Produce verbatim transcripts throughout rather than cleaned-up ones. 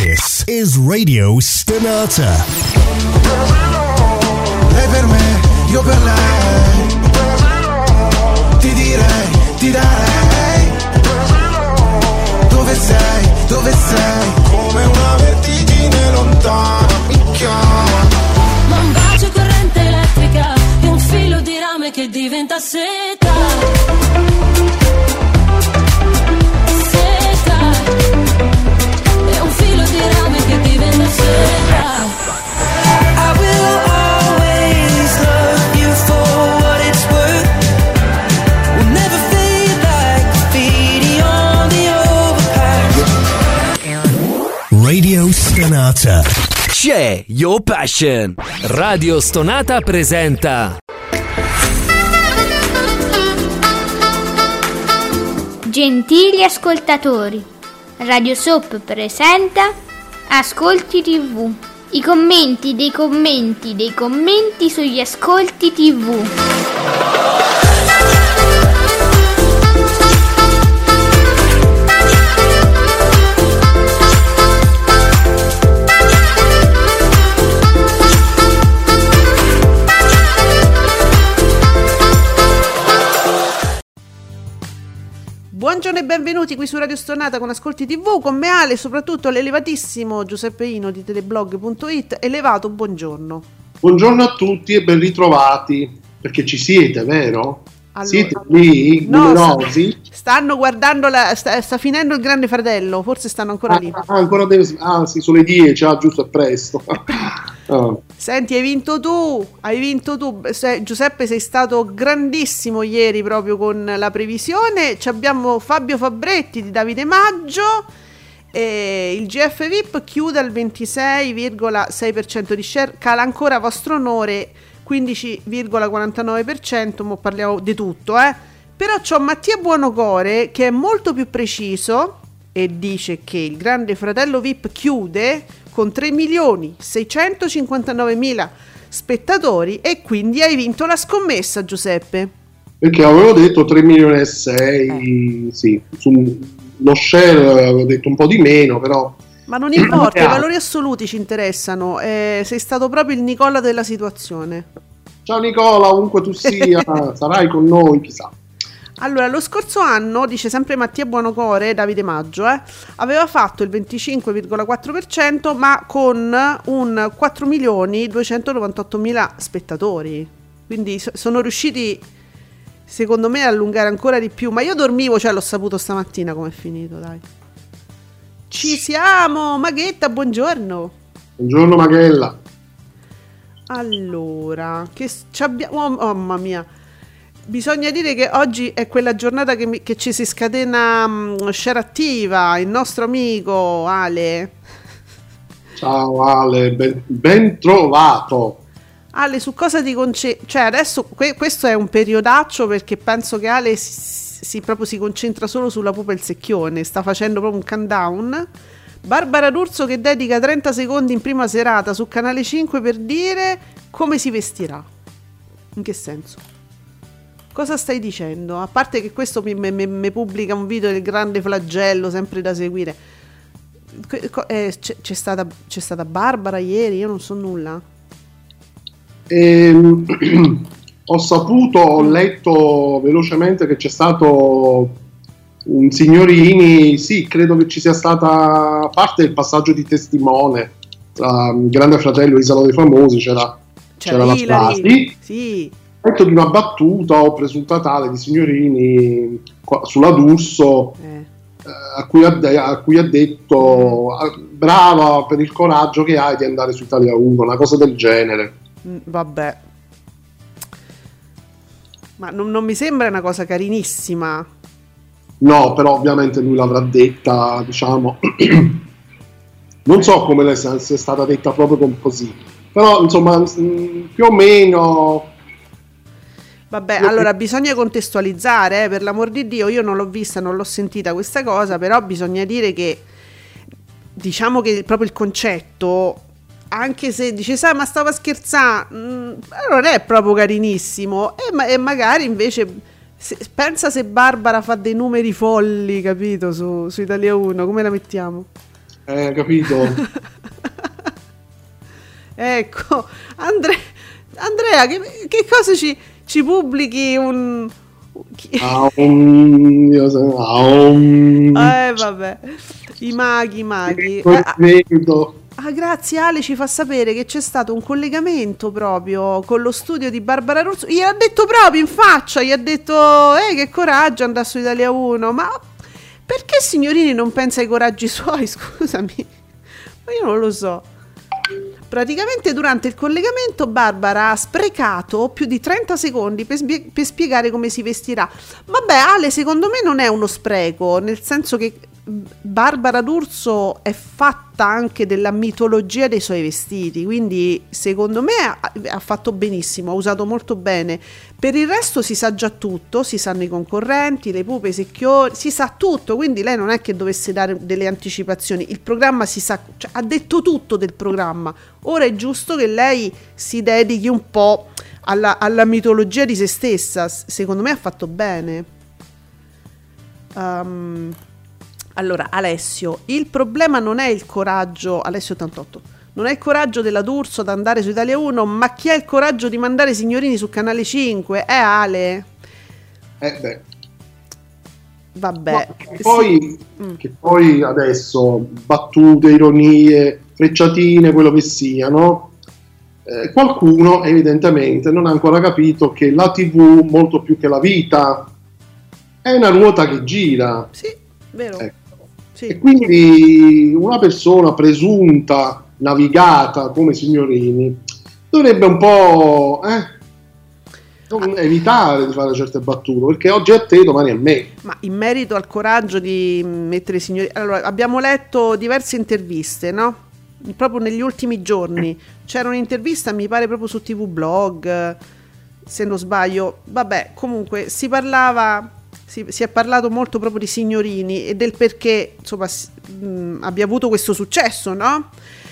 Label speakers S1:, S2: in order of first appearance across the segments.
S1: This is Radio Stonata.
S2: Lei per me, io per lei. Ti direi, ti darei. Dove sei, dove sei? Come una vertigine lontana mi chiama.
S3: Ma un bacio corrente elettrica e un filo di rame che diventa seta. Seta. E un filo di rame che diventa seta.
S4: I will always love you for what it's worth. We'll never fade like graffiti on the overpass.
S1: Radio Stonata.
S5: C'è Your Passion. Radio Stonata presenta
S6: Gentili ascoltatori, Radio Soap presenta Ascolti tivù. I commenti dei commenti dei commenti sugli ascolti tivù.
S7: Buongiorno e benvenuti qui su Radio Stonata con Ascolti tivù, con me Ale e soprattutto l'elevatissimo Giuseppe Ino di teleblog punto it. Elevato, buongiorno.
S8: Buongiorno a tutti e ben ritrovati, perché ci siete, vero?
S7: Allora,
S8: siete lì,
S7: no,
S8: numerosi?
S7: Stanno guardando, la, sta, sta finendo il Grande Fratello, forse stanno ancora
S8: ah,
S7: lì.
S8: Ah, ancora deve, ah sì, sono le dieci, ah, giusto, è presto. ah.
S7: Senti, hai vinto tu, hai vinto tu, sei, Giuseppe, sei stato grandissimo ieri proprio con la previsione. Ci abbiamo Fabio Fabretti di Davide Maggio e il G F V I P chiude al ventisei virgola sei per cento di share, cala ancora a vostro onore quindici virgola quarantanove per cento, mo parliamo di tutto, eh. Però c'ho Mattia Buonocore che è molto più preciso e dice che il Grande Fratello V I P chiude con tre milioni seicentocinquantanovemila spettatori e quindi hai vinto la scommessa, Giuseppe.
S8: Perché avevo detto tre milioni e sei, eh. sì, sullo share avevo detto un po' di meno, però...
S7: Ma non importa, i valori assoluti ci interessano, eh, sei stato proprio il Nicola della situazione.
S8: Ciao Nicola, ovunque tu sia, sarai con noi, chissà.
S7: Allora, lo scorso anno, dice sempre Mattia Buonocore, Davide Maggio, eh, aveva fatto il venticinque virgola quattro per cento, ma con un quattro milioni duecentonovantottomila spettatori. Quindi so- sono riusciti, secondo me, a allungare ancora di più. Ma io dormivo, cioè l'ho saputo stamattina com'è finito, dai. Ci siamo! Maghetta, buongiorno!
S8: Buongiorno Maghella!
S7: Allora, che ci abbiamo... Oh, oh, mamma mia! Bisogna dire che oggi è quella giornata che, mi, che ci si scatena um, share attiva, il nostro amico Ale.
S8: Ciao Ale, ben, ben trovato.
S7: Ale, su cosa ti concentri? Cioè adesso que- questo è un periodaccio perché penso che Ale si, si proprio si concentra solo sulla pupa e il secchione, sta facendo proprio un countdown. Barbara D'Urso che dedica trenta secondi in prima serata su Canale cinque per dire come si vestirà. In che senso? Cosa stai dicendo? A parte che questo mi, mi, mi pubblica un video del grande flagello, sempre da seguire. Eh, c'è, c'è, stata, c'è stata Barbara ieri? Io non so nulla.
S8: Ehm, ho saputo, ho letto velocemente che c'è stato un Signorini. Sì, credo che ci sia stata, a parte il passaggio di testimone tra Grande Fratello e Isola dei Famosi, c'era, c'era, c'era la frase.
S7: Sì.
S8: Ho letto di una battuta o presunta tale di Signorini sulla D'Urso, eh. Eh, a, cui ha de- a cui ha detto mm. brava per il coraggio che hai di andare su Italia uno, una cosa del genere.
S7: Mm, vabbè, ma non, non mi sembra una cosa carinissima.
S8: No, però ovviamente lui l'avrà detta, diciamo, non so come le sia, sia stata detta proprio così, però insomma più o meno.
S7: Vabbè, allora bisogna contestualizzare, eh, per l'amor di Dio, io non l'ho vista, non l'ho sentita questa cosa, però bisogna dire che diciamo che proprio il concetto, anche se dice sai ma stava scherzando, mh, non è proprio carinissimo e, ma- e magari invece se, pensa se Barbara fa dei numeri folli, capito, su, su Italia uno, come la mettiamo?
S8: Eh, capito?
S7: Ecco, Andre- Andrea, che, che cosa ci, ci pubblichi un...
S8: Aum, io so- aum.
S7: Eh, vabbè, i maghi, i maghi. Eh, ah,
S8: Vedo.
S7: ah, grazie, Ale ci fa sapere che c'è stato un collegamento proprio con lo studio di Barbara Russo. Gli ha detto proprio in faccia, gli ha detto, eh, che coraggio andare su Italia uno, ma perché Signorini non pensa ai coraggi suoi, scusami? Ma io non lo so. Praticamente durante il collegamento Barbara ha sprecato più di trenta secondi per, spie- per spiegare come si vestirà. Vabbè, Ale, secondo me non è uno spreco, nel senso che Barbara D'Urso è fatta anche della mitologia dei suoi vestiti, quindi secondo me ha, ha fatto benissimo, ha usato molto bene. Per il resto si sa già tutto, si sanno i concorrenti, le pupe, i secchiori, si sa tutto, quindi lei non è che dovesse dare delle anticipazioni, il programma si sa, cioè, ha detto tutto del programma. Ora è giusto che lei si dedichi un po' alla, alla mitologia di se stessa. Secondo me ha fatto bene. Um, allora, Alessio, il problema non è il coraggio, Alessio ottantotto, non è il coraggio della D'Urso ad andare su Italia uno, ma chi ha il coraggio di mandare Signorini su Canale cinque? È Ale.
S8: Eh beh.
S7: Vabbè.
S8: No, che, poi,
S7: sì. mm.
S8: che poi adesso battute, ironie, frecciatine, quello che siano, eh, qualcuno evidentemente non ha ancora capito che la tivù, molto più che la vita, è una ruota che gira.
S7: Sì, vero.
S8: Ecco.
S7: Sì.
S8: E quindi una persona presunta, navigata come Signorini, dovrebbe un po' eh, non evitare di fare certe battute, perché oggi è a te, domani è a me.
S7: Ma in merito al coraggio di mettere Signorini, allora abbiamo letto diverse interviste, no? Proprio negli ultimi giorni c'era un'intervista, mi pare proprio su T V Blog, se non sbaglio. Vabbè, comunque si parlava, si, si è parlato molto proprio di Signorini e del perché insomma mh, abbia avuto questo successo, no?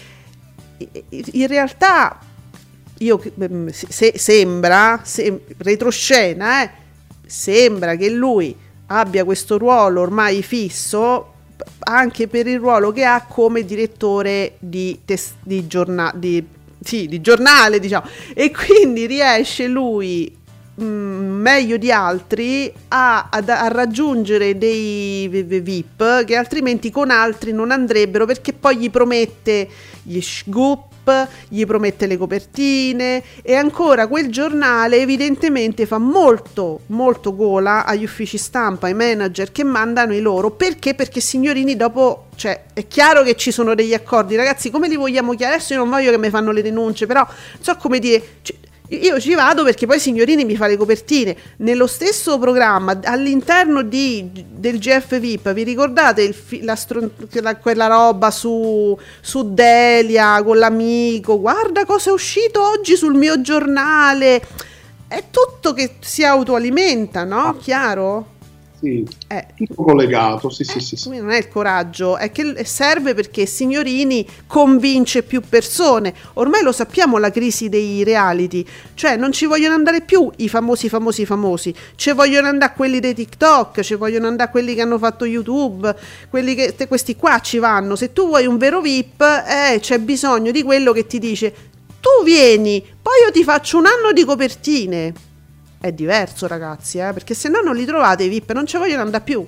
S7: In realtà io se, sembra se, retroscena eh, sembra che lui abbia questo ruolo ormai fisso anche per il ruolo che ha come direttore di, tes- di, giorna- di, sì, di giornale, diciamo, e quindi riesce lui mh, meglio di altri a, a, a raggiungere dei V I P che altrimenti con altri non andrebbero, perché poi gli promette gli scoop, gli promette le copertine, e ancora quel giornale evidentemente fa molto molto gola agli uffici stampa, ai manager che mandano i loro, perché perché Signorini dopo, cioè è chiaro che ci sono degli accordi, ragazzi, come li vogliamo chiarire? Adesso io non voglio che mi fanno le denunce, però non so come dire, cioè, io ci vado perché poi Signorini mi fa le copertine. Nello stesso programma, all'interno di, del G F V I P, vi ricordate il fi, la, la, quella roba su, su Delia con l'amico? Guarda cosa è uscito oggi sul mio giornale. È tutto che si autoalimenta, no? Chiaro?
S8: Sì,
S7: eh,
S8: tutto collegato, sì,
S7: eh,
S8: sì, sì, sì.
S7: Non è il coraggio, è che serve perché Signorini convince più persone. Ormai lo sappiamo, la crisi dei reality, cioè non ci vogliono andare più i famosi famosi famosi, ci vogliono andare quelli dei TikTok, ci vogliono andare quelli che hanno fatto YouTube, quelli che te, questi qua ci vanno. Se tu vuoi un vero V I P, eh, c'è bisogno di quello che ti dice tu vieni, poi io ti faccio un anno di copertine. È diverso, ragazzi, eh? Perché se no non li trovate i V I P, non ci vogliono andare più.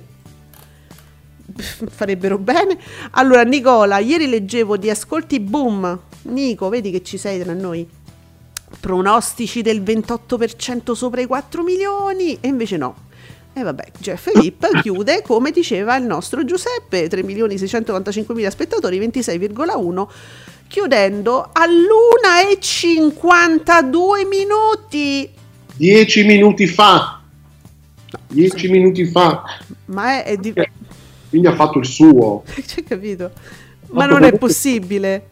S7: Farebbero bene. Allora, Nicola, ieri leggevo di ascolti boom. Nico, vedi che ci sei tra noi. Pronostici del ventotto per cento sopra i quattro milioni. E invece no. E eh vabbè, Jeff V I P chiude, come diceva il nostro Giuseppe, tre milioni seicentonovantacinquemila spettatori, ventisei virgola uno, chiudendo all'una e cinquantadue minuti.
S8: Dieci minuti fa, dieci minuti fa,
S7: ma è, è di...
S8: quindi ha fatto il suo.
S7: C'è capito? Ma non è possibile.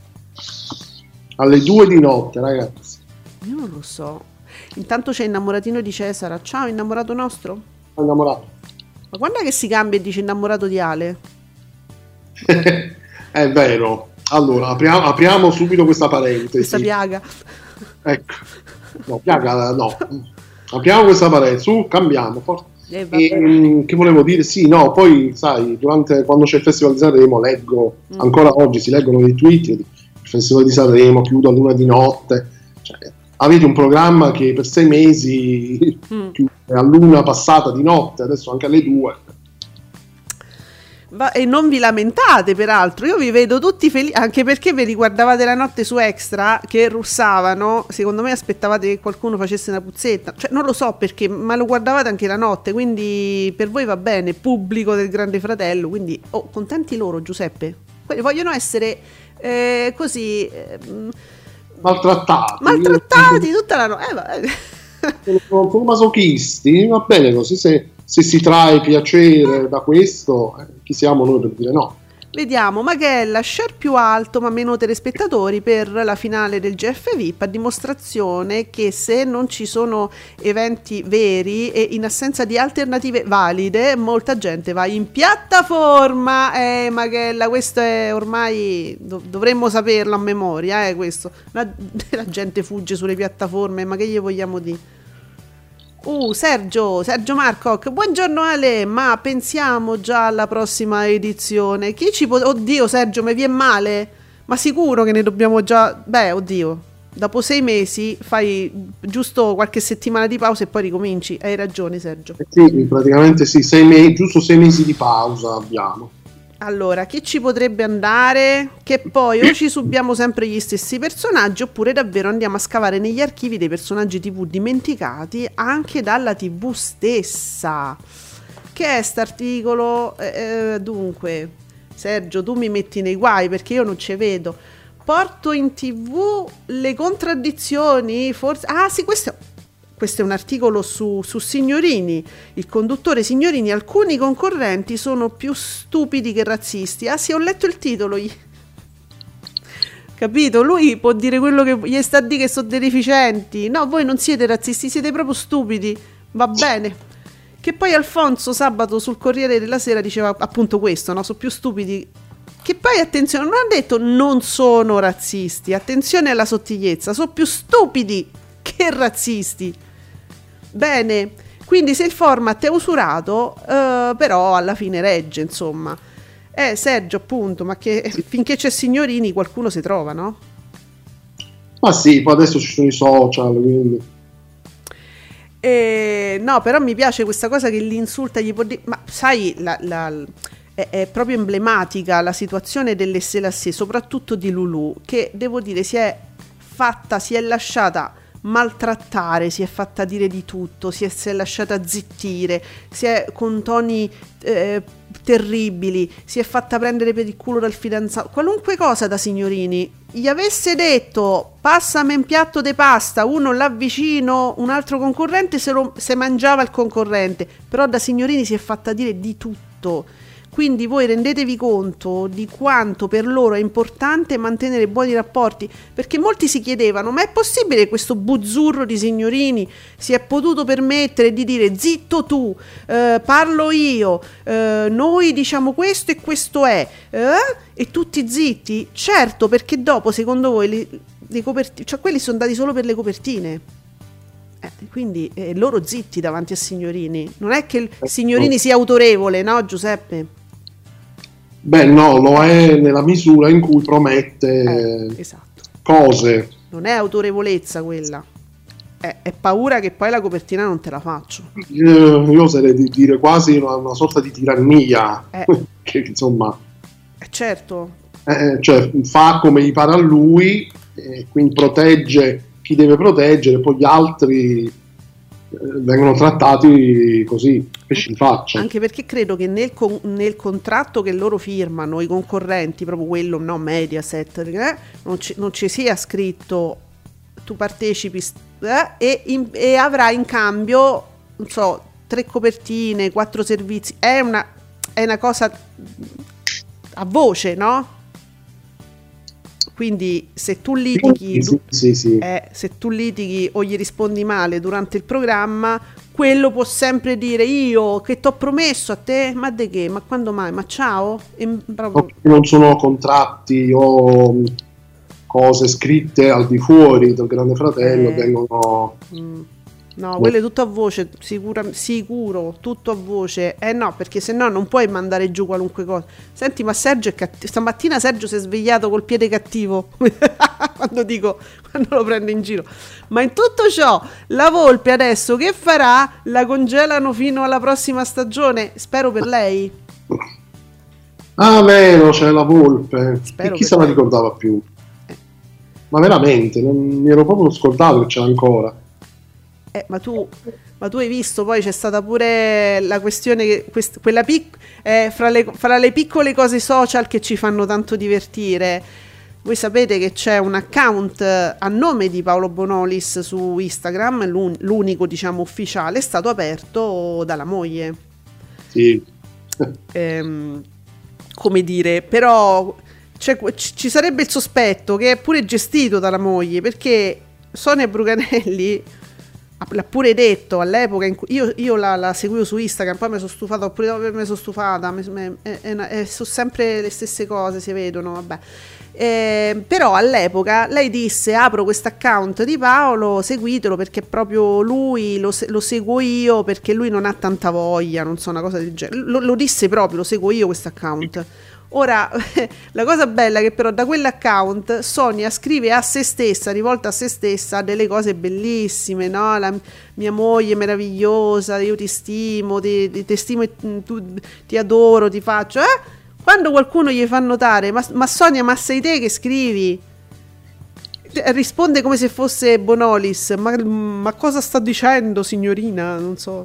S8: Alle due di notte, ragazzi.
S7: Io non lo so. Intanto c'è innamoratino di Cesara. Ciao, innamorato nostro.
S8: Innamorato.
S7: Ma quando è che si cambia e dice innamorato di Ale?
S8: È vero. Allora, apriamo, apriamo subito questa parentesi.
S7: Questa piaga.
S8: Ecco. No, piaga no. Apriamo questa parentesi. Su, cambiamo. Forza.
S7: Eh, vabbè.
S8: E, che volevo dire? Sì, no, poi sai, durante, quando c'è il Festival di Sanremo leggo,
S7: Mm.
S8: ancora oggi si leggono dei tweet, il Festival di Sanremo chiude a luna di notte, cioè, avete un programma che per sei mesi
S7: Mm.
S8: chiude a luna passata di notte, adesso anche alle due.
S7: Va- e non vi lamentate, peraltro, io vi vedo tutti felici, anche perché vi riguardavate la notte su Extra che russavano, secondo me aspettavate che qualcuno facesse una puzzetta, cioè non lo so perché, ma lo guardavate anche la notte, quindi per voi va bene, pubblico del Grande Fratello, quindi oh, contenti loro, Giuseppe. Quelli vogliono essere eh, così eh,
S8: Maltrattati.
S7: maltrattati tutta la notte. Eh, va-
S8: Sono, sono masochisti, va bene così, se, se si trae piacere da questo, eh, chi siamo noi per dire no?
S7: Vediamo, Magella, share più alto ma meno telespettatori per la finale del G F V I P, a dimostrazione che se non ci sono eventi veri e in assenza di alternative valide, molta gente va in piattaforma. Eh, Magella, questo è ormai, dov- dovremmo saperlo a memoria, eh, questo. La, la gente fugge sulle piattaforme, ma che gli vogliamo dire? Uh, Sergio, Sergio Marcoc, buongiorno Ale, ma pensiamo già alla prossima edizione. Chi ci può... Oddio Sergio, mi viene male? Ma sicuro che ne dobbiamo già... Beh, oddio, dopo sei mesi fai giusto qualche settimana di pausa e poi ricominci. Hai ragione Sergio.
S8: Eh sì, praticamente sì, sei mesi, giusto sei mesi di pausa abbiamo.
S7: Allora, chi ci potrebbe andare? Che poi o ci subiamo sempre gli stessi personaggi oppure davvero andiamo a scavare negli archivi dei personaggi tivù dimenticati anche dalla tivù stessa. Che è st'articolo? Eh, eh, dunque, Sergio, tu mi metti nei guai perché io non ci vedo. Porto in tivù le contraddizioni, forse... Ah sì, questo... Questo è un articolo su, su Signorini, il conduttore Signorini, alcuni concorrenti sono più stupidi che razzisti. Ah sì, ho letto il titolo. Capito? Lui può dire quello che gli sta a dire, che sono dei deficienti. No, voi non siete razzisti, siete proprio stupidi. Va bene. Che poi Alfonso sabato sul Corriere della Sera diceva appunto questo, no? Sono più stupidi. Che poi, attenzione, non ha detto non sono razzisti. Attenzione alla sottigliezza, sono più stupidi che razzisti. Bene, quindi se il format è usurato, eh, però alla fine regge, insomma. Eh, Sergio, appunto, ma che finché c'è Signorini qualcuno si trova, no?
S8: Ma sì, poi adesso ci sono i social, quindi...
S7: Eh, no, però mi piace questa cosa che l'insulta gli può dire, ma sai, la, la, è, è proprio emblematica la situazione delle Selassie, soprattutto di Lulu, che devo dire si è fatta, si è lasciata maltrattare, si è fatta dire di tutto, si è, si è lasciata zittire, si è con toni eh, terribili, si è fatta prendere per il culo dal fidanzato, qualunque cosa da Signorini gli avesse detto passami un piatto di pasta, uno là vicino, un altro concorrente se lo se mangiava il concorrente, però da Signorini si è fatta dire di tutto. Quindi voi rendetevi conto di quanto per loro è importante mantenere buoni rapporti, perché molti si chiedevano ma è possibile che questo buzzurro di Signorini si è potuto permettere di dire zitto tu, eh, parlo io, eh, noi diciamo questo e questo è, eh? E tutti zitti? Certo, perché dopo secondo voi le, le copertine, cioè quelli sono dati solo per le copertine. Eh, quindi eh, loro zitti davanti a Signorini. Non è che il Signorini sia autorevole, no Giuseppe?
S8: Beh no, lo è nella misura in cui promette
S7: Eh, esatto.
S8: cose.
S7: Non è autorevolezza quella, è, è paura che poi la copertina non te la faccio.
S8: Io, io oserei di dire quasi una, una sorta di tirannia,
S7: Eh.
S8: che insomma,
S7: Eh, certo.
S8: eh, cioè fa come gli pare a lui, e quindi protegge chi deve proteggere, poi gli altri eh, vengono trattati così, pesci in faccia.
S7: Anche perché credo che nel, con- nel contratto che loro firmano, i concorrenti, proprio quello, no, Mediaset, eh, non, ci, non ci sia scritto tu partecipi eh, e, in- e avrai in cambio, non so, tre copertine, quattro servizi. È una, è una cosa a voce, no? Quindi se tu litighi,
S8: Sì, sì, sì.
S7: eh, se tu litighi o gli rispondi male durante il programma, quello può sempre dire io che t'ho promesso a te, ma de che, ma quando mai, ma ciao? E proprio...
S8: Non sono contratti o cose scritte al di fuori del Grande Fratello,
S7: Eh.
S8: vengono
S7: Mm. No, quello è tutto a voce, sicura, sicuro, tutto a voce. Eh no, perché se no non puoi mandare giù qualunque cosa. Senti, ma Sergio è cattivo. Stamattina Sergio si è svegliato col piede cattivo. Quando dico, quando lo prendo in giro. Ma in tutto ciò, la Volpe adesso che farà? La congelano fino alla prossima stagione? Spero per lei.
S8: Ah, vero, c'è la Volpe.
S7: Spero
S8: e chi
S7: per
S8: se la
S7: lei.
S8: ricordava più? Ma veramente, non mi ero proprio scordato che c'era ancora.
S7: Eh, ma tu, ma tu hai visto, poi c'è stata pure la questione che quest- quella pic- eh, fra, le, fra le piccole cose social che ci fanno tanto divertire. Voi sapete che c'è un account a nome di Paolo Bonolis su Instagram, l'un- l'unico diciamo ufficiale, è stato aperto dalla moglie.
S8: Sì.
S7: Ehm, come dire, però c'è- ci sarebbe il sospetto che è pure gestito dalla moglie, perché Sonia Bruganelli l'ha pure detto all'epoca in cui io, io la, la seguivo su Instagram, poi mi sono stufata, oppure dopo avermi sono stufata, mi- mi- è- è una- è- sono sempre le stesse cose, si vedono, vabbè. Eh, però all'epoca lei disse: apro questo account di Paolo, seguitelo perché proprio lui lo, se- lo seguo io, perché lui non ha tanta voglia, non so, una cosa del genere. Lo, lo disse proprio, lo seguo io questo account. Ora, la cosa bella è che però da quell'account Sonia scrive a se stessa, rivolta a se stessa, delle cose bellissime, no? La mia moglie è meravigliosa, io ti stimo, ti, ti, ti stimo e tu, ti adoro, ti faccio, eh? Quando qualcuno gli fa notare, ma, ma Sonia, ma sei te che scrivi? Risponde come se fosse Bonolis, ma, ma cosa sta dicendo, signorina? Non so.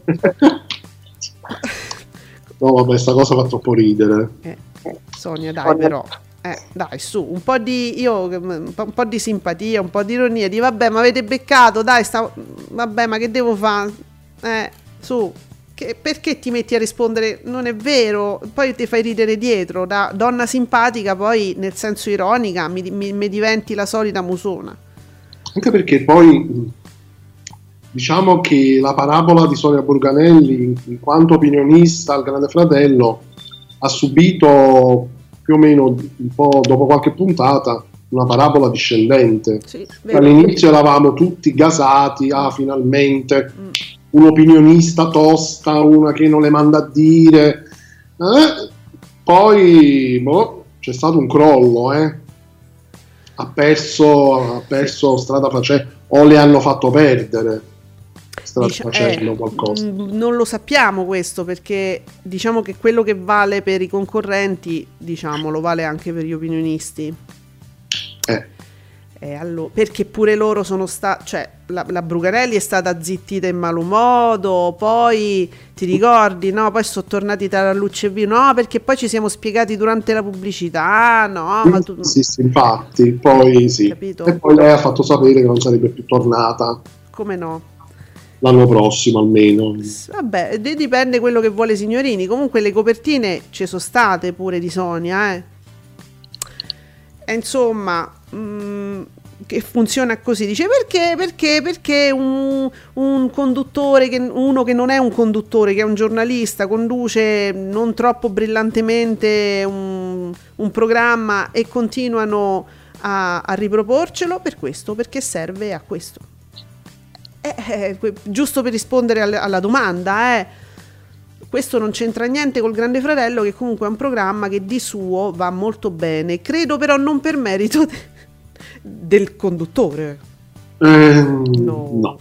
S8: No, vabbè, sta cosa fa troppo ridere.
S7: Eh, Sonia, dai, però, eh, dai, su, un po' di io, un po', un po' di simpatia, un po' di ironia, di vabbè, ma avete beccato, dai, sta, vabbè, ma che devo fare? Eh, su, che, perché ti metti a rispondere? Non è vero, poi ti fai ridere dietro, da donna simpatica, poi nel senso ironica, mi, mi, mi diventi la solita musona.
S8: Anche perché poi diciamo che la parabola di Sonia Bruganelli, in quanto opinionista al Grande Fratello, ha subito più o meno un po' dopo qualche puntata una parabola discendente.
S7: Sì, vero.
S8: All'inizio eravamo tutti gasati, ah finalmente
S7: Mm.
S8: un'opinionista tosta, una che non le manda a dire, eh, poi boh, c'è stato un crollo, eh. ha perso, ha perso strada facendo, o le hanno fatto perdere strada
S7: Dicia-
S8: facendo
S7: eh,
S8: qualcosa.
S7: mh, non lo sappiamo questo, perché diciamo che quello che vale per i concorrenti, diciamo, lo vale anche per gli opinionisti.
S8: Eh.
S7: Eh, allo- perché pure loro sono stati, cioè la, la Bruganelli è stata zittita in malo modo, poi ti ricordi, no? Poi sono tornati tra luce e vino, no? Perché poi ci siamo spiegati durante la pubblicità, no? Ma tu,
S8: Sì, sì, infatti, poi sì.
S7: Capito?
S8: E poi lei ha fatto sapere che non sarebbe più tornata
S7: come no?
S8: l'anno prossimo almeno.
S7: Vabbè, d- dipende quello che vuole Signorini. Comunque le copertine ci sono state pure di Sonia, eh. E insomma, mh, che funziona così. Dice perché? Perché? Perché un, un conduttore, che, uno che non è un conduttore, che è un giornalista, conduce non troppo brillantemente un, un programma e continuano a, a riproporcelo per questo, perché serve a questo. Eh, eh, que- giusto per rispondere alla, alla domanda, eh. Questo non c'entra niente col Grande Fratello, che comunque è un programma che di suo va molto bene, credo però non per merito de- del conduttore.
S8: Eh,
S7: No.
S8: no.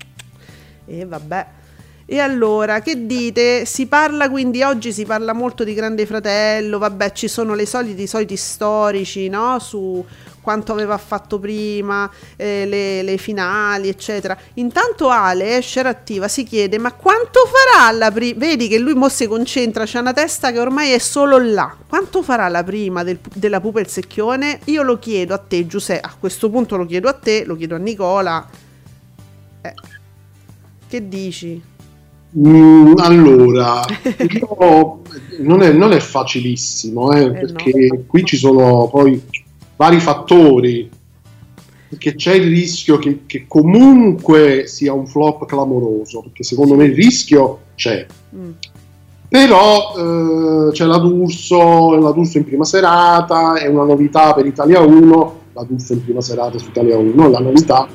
S7: E vabbè. E allora, che dite? Si parla quindi, oggi si parla molto di Grande Fratello, vabbè, ci sono le soliti, i soliti storici, no? Su quanto aveva fatto prima, eh, le, le finali, eccetera. Intanto Ale, Share Attiva, si chiede, ma quanto farà la prima? Vedi che lui mo si concentra, c'ha una testa che ormai è solo là. Quanto farà la prima del- della Pupa e il Secchione? Io lo chiedo a te, Giuseppe, a questo punto lo chiedo a te, lo chiedo a Nicola. Eh, che dici?
S8: Mm, allora, io- non, è, non è facilissimo, eh, perché qui ci sono poi vari fattori, perché c'è il rischio che, che comunque sia un flop clamoroso, perché secondo me il rischio c'è.
S7: Mm.
S8: Però eh, c'è la D'Urso, la D'Urso in prima serata, è una novità per Italia uno, la D'Urso in prima serata su Italia uno, la novità che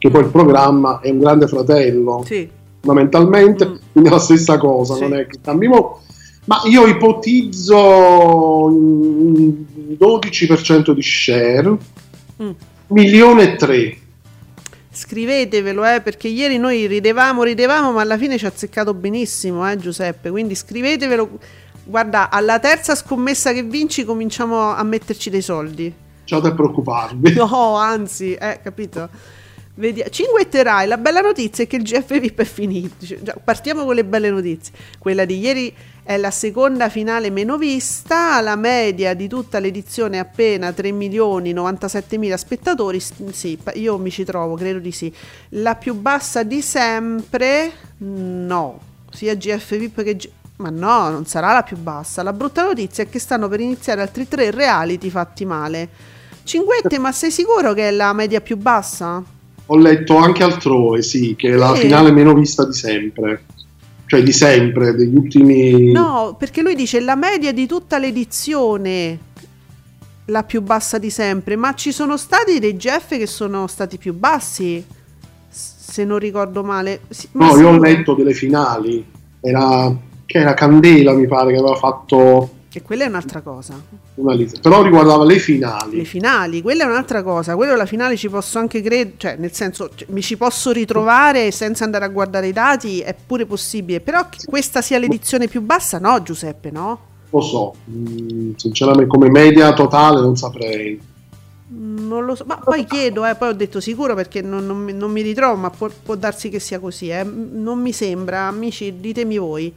S8: che poi il programma è un Grande Fratello,
S7: Sì.
S8: fondamentalmente,
S7: Mm.
S8: quindi è la stessa cosa,
S7: Sì.
S8: non è che cambiamo, ma io ipotizzo un dodici per cento di share,
S7: Mm.
S8: milione e tre.
S7: Scrivetevelo, eh, perché ieri noi ridevamo, ridevamo, ma alla fine ci ha azzeccato benissimo, eh, Giuseppe. Quindi scrivetevelo. Guarda, alla terza scommessa che vinci cominciamo a metterci dei soldi.
S8: Lasciate a preoccuparvi.
S7: No, anzi, eh, capito? Vedi, cinguetterai, la bella notizia è che il G F V I P è finito. Cioè, già, partiamo con le belle notizie. Quella di ieri è la seconda finale meno vista, la media di tutta l'edizione è appena tre milioni novantasettemila spettatori. S- Sì, pa- io mi ci trovo, credo di sì. La più bassa di sempre, no, sia G F V I P che G... Ma no, non sarà la più bassa. La brutta notizia è che stanno per iniziare altri tre reality fatti male. Cinguette, ma sei sicuro che è la media più bassa?
S8: Ho letto anche altrove, sì, che è la
S7: Sì.
S8: finale meno vista di sempre, cioè di sempre, degli ultimi...
S7: No, perché lui dice la media di tutta l'edizione la più bassa di sempre, ma ci sono stati dei G F che sono stati più bassi, s- se non ricordo male. Sì, ma
S8: No, io ho
S7: sicuro?
S8: letto delle finali, era, che era Candela, mi pare, che aveva fatto
S7: Che quella è un'altra cosa.
S8: una lista, però riguardava le finali.
S7: Le finali, quella è un'altra cosa. Quello la finale ci posso anche credere, cioè nel senso cioè, mi ci posso ritrovare senza andare a guardare i dati, è pure possibile. Però che questa sia l'edizione più bassa, no, Giuseppe, no?
S8: Lo so, mh, sinceramente come media totale non saprei.
S7: Non lo so, ma poi chiedo, eh, poi ho detto sicuro perché non, non mi- non mi ritrovo, ma può, può darsi che sia così, eh. Non mi sembra, amici, ditemi voi.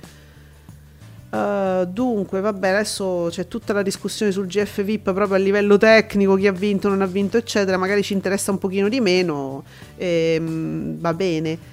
S7: Uh, dunque, vabbè, adesso c'è tutta la discussione sul G F V I P proprio a livello tecnico, chi ha vinto, non ha vinto, eccetera. Magari ci interessa un pochino di meno, ehm, va bene.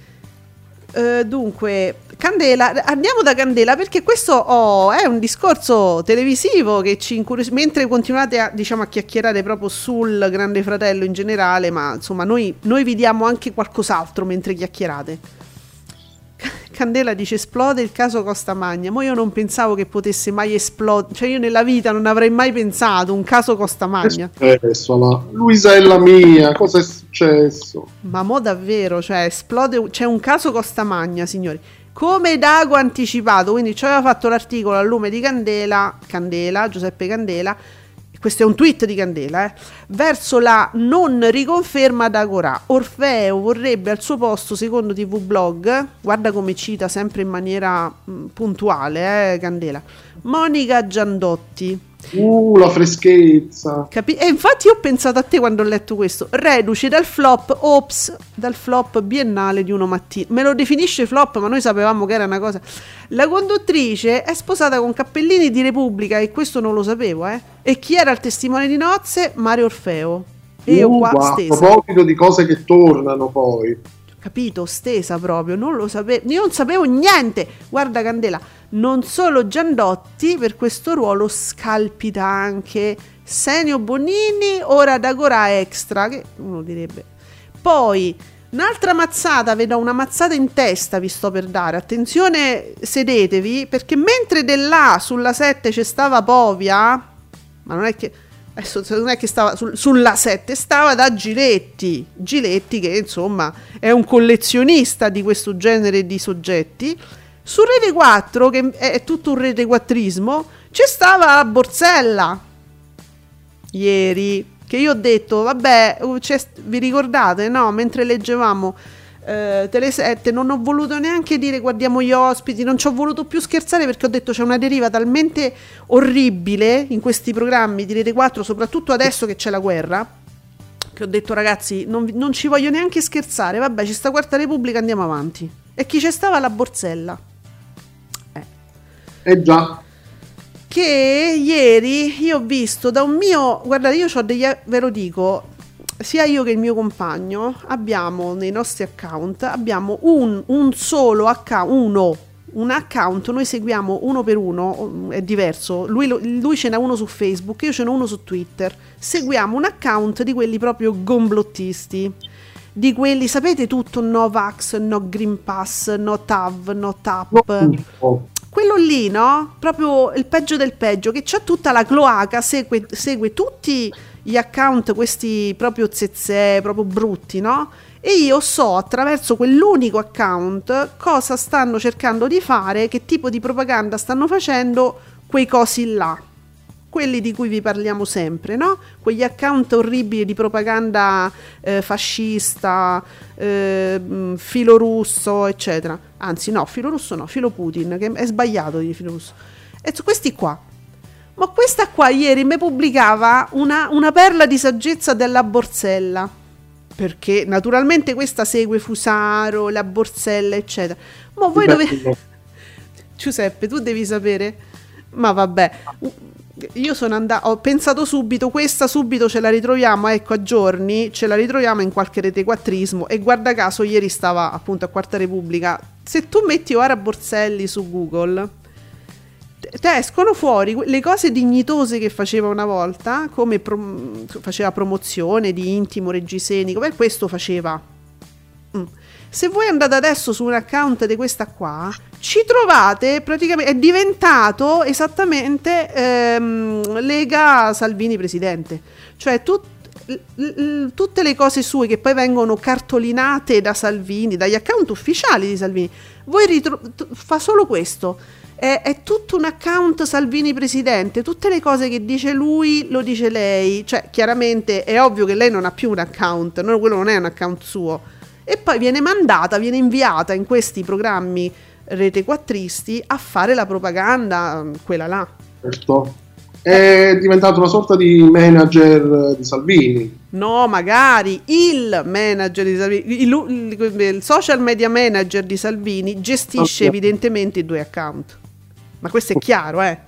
S7: Uh, dunque, Candela, andiamo da Candela perché questo oh, è un discorso televisivo che ci incuriosisce, mentre continuate a, diciamo, a chiacchierare proprio sul Grande Fratello in generale, ma insomma noi, noi vi diamo anche qualcos'altro mentre chiacchierate. Candela dice esplode il caso Costamagna, ma io non pensavo che potesse mai esplodere, cioè io nella vita non avrei mai pensato un caso Costamagna.
S8: È successo, la... Luisella mia, cosa è successo?
S7: Ma mo davvero, cioè esplode, c'è un caso Costamagna, signori, come Dago anticipato, quindi ci aveva fatto l'articolo al lume di Candela, Candela, Giuseppe Candela, questo è un tweet di Candela, eh, verso la non riconferma da Agorà. Orfeo vorrebbe al suo posto, secondo T V Blog, guarda come cita sempre in maniera mh, puntuale, eh, Candela, Monica Giandotti.
S8: Uh, la freschezza.
S7: Capi- e infatti io ho pensato a te quando ho letto questo, reduce dal flop, ops, dal flop biennale di Uno Mattina. Me lo definisce flop, ma noi sapevamo che era una cosa. La conduttrice è sposata con Cappellini di Repubblica, e questo non lo sapevo, eh. E chi era il testimone di nozze? Mario Orfeo. E io
S8: Uh,
S7: qua
S8: guarda, a
S7: stesa.
S8: proposito di cose che tornano poi.
S7: Capito? Stesa proprio, non lo sapevo, io non sapevo niente. Guarda Candela, non solo Giandotti per questo ruolo scalpita anche Senio Bonini, ora da Agorà Extra, che uno direbbe. Poi un'altra mazzata, vedo una mazzata in testa vi sto per dare, attenzione, sedetevi, perché mentre de là sulla sette c'è stava Povia, ma non è che adesso non è che stava sul, sulla sette, stava da Giletti, Giletti che insomma è un collezionista di questo genere di soggetti. Su Rete quattro, che è tutto un retequattrismo, c'è stava la Borsella ieri, che io ho detto vabbè, c'è, vi ricordate, no? Mentre leggevamo eh, Tele sette non ho voluto neanche dire guardiamo gli ospiti, non ci ho voluto più scherzare perché ho detto c'è una deriva talmente orribile in questi programmi di Rete quattro, soprattutto adesso che c'è la guerra, che ho detto ragazzi non, non ci voglio neanche scherzare, vabbè ci sta Quarta Repubblica, andiamo avanti. E chi c'è stava? La Borsella.
S8: Eh già.
S7: Che ieri io ho visto da un mio, guardate, io ho degli, ve lo dico, sia io che il mio compagno abbiamo nei nostri account, abbiamo un, un solo account, uno, un account, noi seguiamo uno per uno, è diverso, lui, lui ce n'ha uno su Facebook, io ce n'ho uno su Twitter, seguiamo un account di quelli proprio gomblottisti, di quelli, sapete tutto, no Vax, no Green Pass, no T A V, no T A P,
S8: No.
S7: quello lì, no? Proprio il peggio del peggio, che c'ha tutta la cloaca, segue, segue tutti gli account, questi proprio zezze, proprio brutti, no? e io so attraverso quell'unico account cosa stanno cercando di fare, che tipo di propaganda stanno facendo quei cosi là, quelli di cui vi parliamo sempre, no? Quegli account orribili di propaganda eh, fascista, eh, filo russo, eccetera. Anzi no, filo russo no, filo Putin, che è sbagliato di filo russo. E su questi qua. Ma questa qua ieri mi pubblicava una, una perla di saggezza della Borsella, perché naturalmente questa segue Fusaro, la Borsella, eccetera. Ma voi dovete... Giuseppe, tu devi sapere... Ma vabbè... Io sono andata, ho pensato subito, questa subito ce la ritroviamo, ecco, a giorni, ce la ritroviamo in qualche retequattrismo, e guarda caso ieri stava appunto a Quarta Repubblica. Se tu metti ora Borselli su Google, te escono fuori le cose dignitose che faceva una volta, come prom- faceva promozione di Intimo Reggiseni, come questo faceva. Mm. Se voi andate adesso su un account di questa qua, ci trovate praticamente, è diventato esattamente ehm, Lega Salvini Presidente, cioè tut, l, l, tutte le cose sue che poi vengono cartolinate da Salvini, dagli account ufficiali di Salvini, voi ritro- t- fa solo questo, è, è tutto un account Salvini Presidente, tutte le cose che dice lui lo dice lei, cioè chiaramente è ovvio che lei non ha più un account, no, quello non è un account suo, e poi viene mandata, viene inviata in questi programmi retequattristi a fare la propaganda, quella là.
S8: Certo. È diventato una sorta di manager di Salvini.
S7: No, magari il manager di Salvini, il, il, il social media manager di Salvini gestisce okay. evidentemente i due account. Ma questo è chiaro, eh.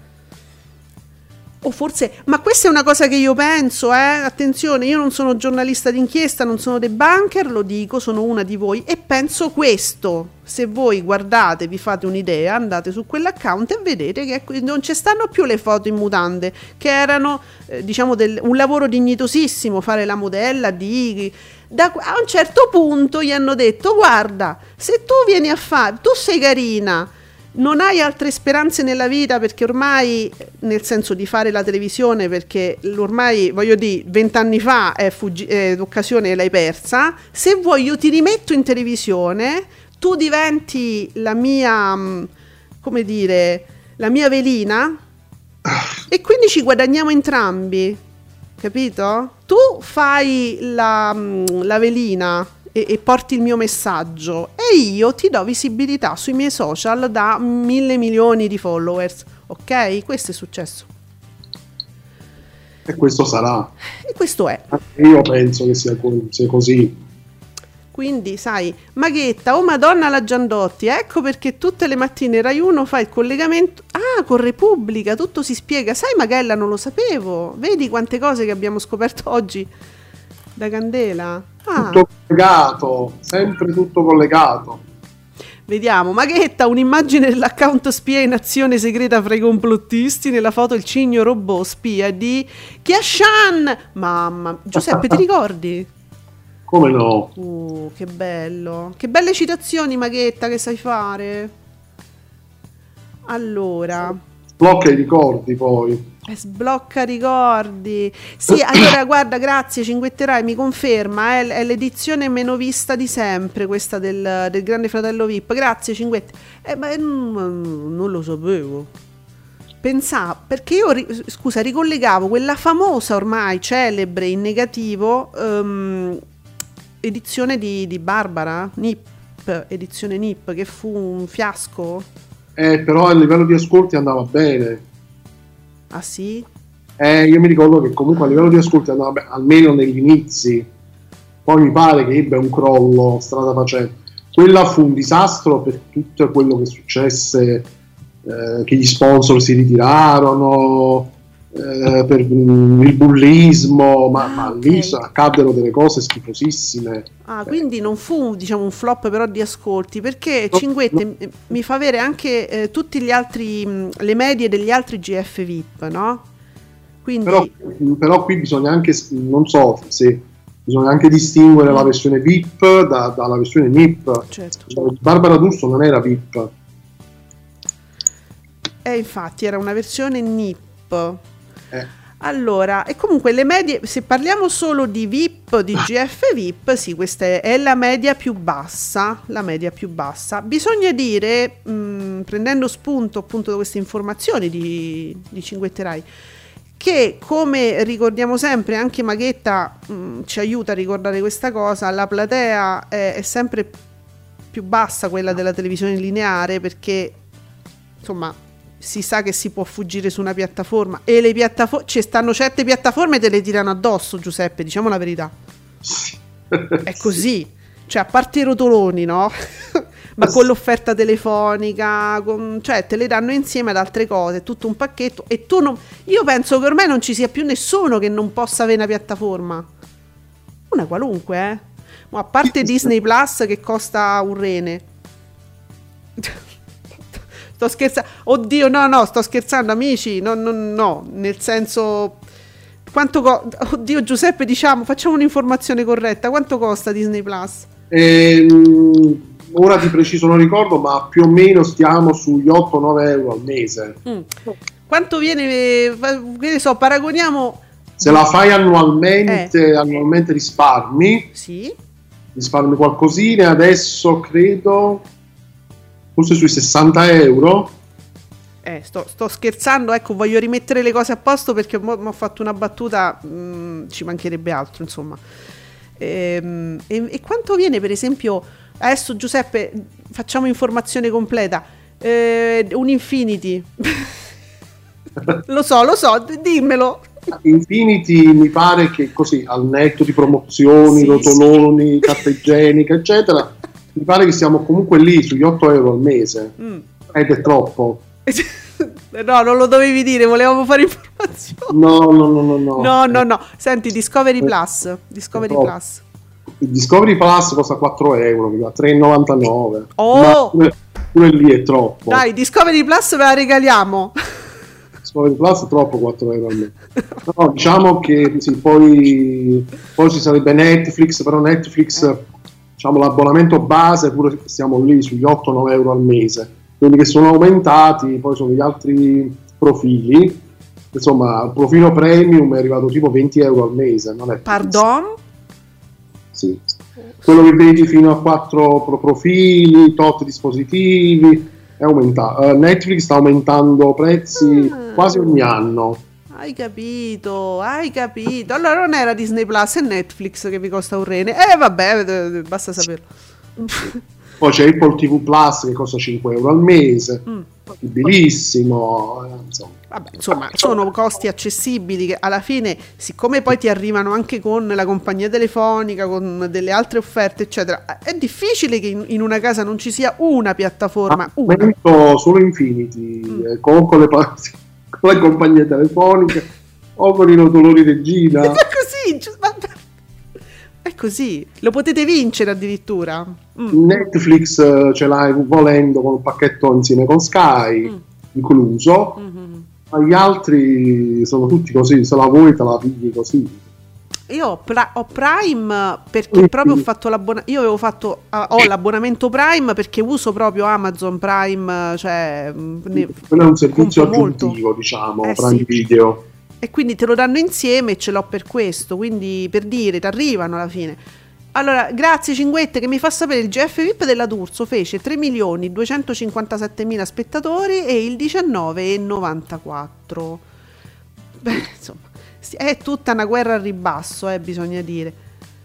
S7: O forse, ma questa è una cosa che io penso, eh? Attenzione, io non sono giornalista d'inchiesta, non sono debunker, lo dico, sono una di voi e penso questo. Se voi guardate, vi fate un'idea, andate su quell'account e vedete che non ci stanno più le foto in mutande, che erano, eh, diciamo, del, un lavoro dignitosissimo, fare la modella di... Da, a un certo punto gli hanno detto, guarda, se tu vieni a fare, tu sei carina, non hai altre speranze nella vita, perché ormai, nel senso di fare la televisione, perché ormai, voglio dire, vent'anni fa è fuggi- eh, l'occasione l'hai persa, se vuoi io ti rimetto in televisione, tu diventi la mia, come dire, la mia velina, e quindi ci guadagniamo entrambi, capito? Tu fai la, la velina E, e porti il mio messaggio e io ti do visibilità sui miei social da mille milioni di followers, ok? Questo è successo
S8: e questo sarà,
S7: e questo è,
S8: io penso che sia, sia così.
S7: Quindi sai, Maghetta, oh madonna la Giandotti, ecco perché tutte le mattine Rai uno fa il collegamento, ah, con Repubblica, tutto si spiega. Sai, Maghella, non lo sapevo, vedi quante cose che abbiamo scoperto oggi da Candela. Ah.
S8: Tutto collegato, sempre tutto collegato.
S7: Vediamo, Maghetta, un'immagine dell'account spia in azione segreta fra i complottisti, nella foto il cigno robot spia di Kiashan. Mamma, Giuseppe, ti ricordi?
S8: Come no?
S7: Uh, che bello. Che belle citazioni, Maghetta, che sai fare. Allora,
S8: blocca i ricordi poi.
S7: Eh, sblocca ricordi. Sì, allora guarda, grazie Cinguetterai, mi conferma, è, è l'edizione meno vista di sempre questa del, del Grande Fratello V I P. Grazie Cinguette. Eh, ma non, non lo sapevo. Pensavo, perché io ri, scusa, ricollegavo quella famosa ormai celebre in negativo um, edizione di, di Barbara, N I P, edizione N I P, che fu un fiasco.
S8: Eh, però a livello di ascolti andava bene.
S7: Ah sì?
S8: Eh, io mi ricordo che comunque a livello di ascolti andava bene, almeno negli inizi. Poi mi pare che ebbe un crollo strada facendo. Quella fu un disastro per tutto quello che successe, eh, che gli sponsor si ritirarono, eh, per il bullismo, ma,
S7: ah,
S8: ma
S7: okay.
S8: lì accaddero delle cose schifosissime.
S7: Ah, quindi non fu, diciamo, un flop però di ascolti, perché
S8: no,
S7: Cinguette
S8: no.
S7: mi fa avere anche eh, tutti gli altri, mh, le medie degli altri G F V I P, no? Quindi...
S8: Però, però qui bisogna anche, non so se bisogna anche distinguere mm. la versione V I P da, dalla versione N I P.
S7: Certo.
S8: Cioè, Barbara D'Urso non era V I P.
S7: Eh, infatti era una versione N I P.
S8: Eh.
S7: Allora, e comunque le medie, se parliamo solo di V I P, di G F V I P, sì, questa è, è la media più bassa, la media più bassa. Bisogna dire, mh, prendendo spunto appunto da queste informazioni di, di Cinguette Rai, che come ricordiamo sempre, anche Maghetta mh, ci aiuta a ricordare questa cosa, la platea è, è sempre più bassa, quella della televisione lineare, perché insomma si sa che si può fuggire su una piattaforma, e le piattaforme, ci stanno certe piattaforme te le tirano addosso, Giuseppe, diciamo la verità. È così, cioè a parte i rotoloni, no? Ma con l'offerta telefonica, con, cioè te le danno insieme ad altre cose, tutto un pacchetto, e tu non, io penso che ormai non ci sia più nessuno che non possa avere una piattaforma, una qualunque, eh? Ma a parte Disney Plus che costa un rene. Sto scherzando, oddio, no, no, sto scherzando, amici, no, no, no, nel senso, quanto co- oddio, Giuseppe, diciamo, facciamo un'informazione corretta, quanto costa Disney Plus?
S8: Ehm, ora di preciso non ricordo, ma più o meno stiamo sugli otto nove euro al mese.
S7: Mm. Quanto viene, che ne so, paragoniamo...
S8: Se la fai annualmente, eh. annualmente risparmi,
S7: sì,
S8: risparmi qualcosina, adesso credo... forse sui sessanta euro.
S7: Eh, sto, sto scherzando, ecco, voglio rimettere le cose a posto perché mo, mo ho fatto una battuta, mh, ci mancherebbe altro, insomma. Ehm, e, e quanto viene, per esempio, adesso Giuseppe, facciamo informazione completa, eh, un Infinity. Lo so, lo so, dimmelo.
S8: Infinity mi pare che così, al netto di promozioni, sì, rotoloni, sì, carta igienica, eccetera, mi pare che siamo comunque lì sugli otto euro al mese. Mm. Ed è troppo.
S7: No, non lo dovevi dire, volevamo fare informazioni.
S8: No, no, no, no, no.
S7: No, no, no. Senti, Discovery Plus. Discovery Plus.
S8: Il Discovery Plus costa quattro euro, tre e novantanove.
S7: Oh!
S8: Pure, pure lì è troppo.
S7: Dai, Discovery Plus ve la regaliamo.
S8: Discovery Plus è troppo, quattro euro al mese. No, diciamo che sì, poi, poi ci sarebbe Netflix, però Netflix... Eh. Diciamo l'abbonamento base pure stiamo lì sugli otto nove euro al mese, quelli che sono aumentati poi sono gli altri profili, insomma il profilo premium è arrivato tipo venti euro al mese, non è
S7: pardon?
S8: Sì, quello che vedi fino a quattro pro profili, tot dispositivi, è aumentato. uh, Netflix sta aumentando prezzi ah. quasi ogni anno.
S7: Hai capito, hai capito. Allora non era Disney Plus, è Netflix che vi costa un rene. Eh vabbè, basta saperlo.
S8: Poi c'è Apple ti vu Plus che costa cinque euro al mese, mm. bellissimo. Insomma.
S7: Vabbè, insomma, sono costi accessibili che alla fine, siccome poi ti arrivano anche con la compagnia telefonica, con delle altre offerte, eccetera, è difficile che in, in una casa non ci sia una piattaforma. Una.
S8: Solo Infinity, mm. eh, con, con le parti. Con le compagnie telefoniche o con i rotoloni regina.
S7: È così, è così, lo potete vincere addirittura. mm.
S8: Netflix ce l'hai volendo con un pacchetto insieme con Sky mm. incluso, mm-hmm. ma gli altri sono tutti così, se la vuoi te la pigli così.
S7: Io ho, pra- ho Prime perché proprio ho fatto l'abbonamento. Io avevo fatto uh, ho l'abbonamento Prime perché uso proprio Amazon Prime, cioè ne,
S8: quello è un servizio aggiuntivo, molto. Diciamo,
S7: eh,
S8: Prime
S7: sì.
S8: Video.
S7: E quindi te lo danno insieme e ce l'ho per questo, quindi per dire, ti arrivano alla fine. Allora, grazie Cinguette che mi fa sapere il G F V I P della D'Urso fece tre milioni duecentocinquantasettemila spettatori e il diciannove virgola novantaquattro. Beh, insomma, è tutta una guerra al ribasso, eh, bisogna dire.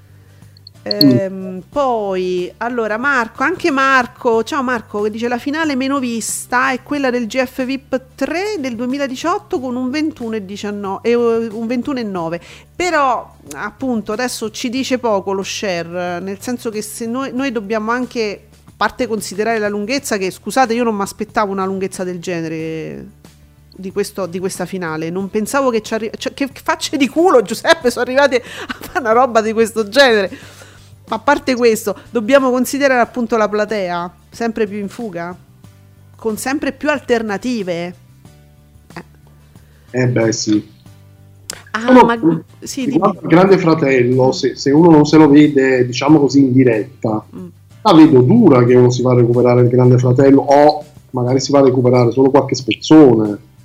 S7: Ehm, poi, allora Marco, anche Marco, ciao Marco, che dice la finale meno vista è quella del G F V I P tre del duemiladiciotto con un ventuno e diciannove, eh, un ventuno e nove. Però appunto adesso ci dice poco lo share, nel senso che se noi, noi dobbiamo anche, a parte considerare la lunghezza, che scusate io non mi aspettavo una lunghezza del genere di, questo, di questa finale, non pensavo che ci arri- cioè, che facce di culo Giuseppe sono arrivate a fare una roba di questo genere. Ma a parte questo, dobbiamo considerare appunto la platea sempre più in fuga, con sempre più alternative.
S8: Eh, eh beh sì.
S7: Ah,
S8: no,
S7: ma sì,
S8: il Grande Fratello, se, se uno non se lo vede, diciamo così, in diretta, mm. la vedo dura che uno si va a recuperare il Grande Fratello, o magari si va a recuperare solo qualche spezzone.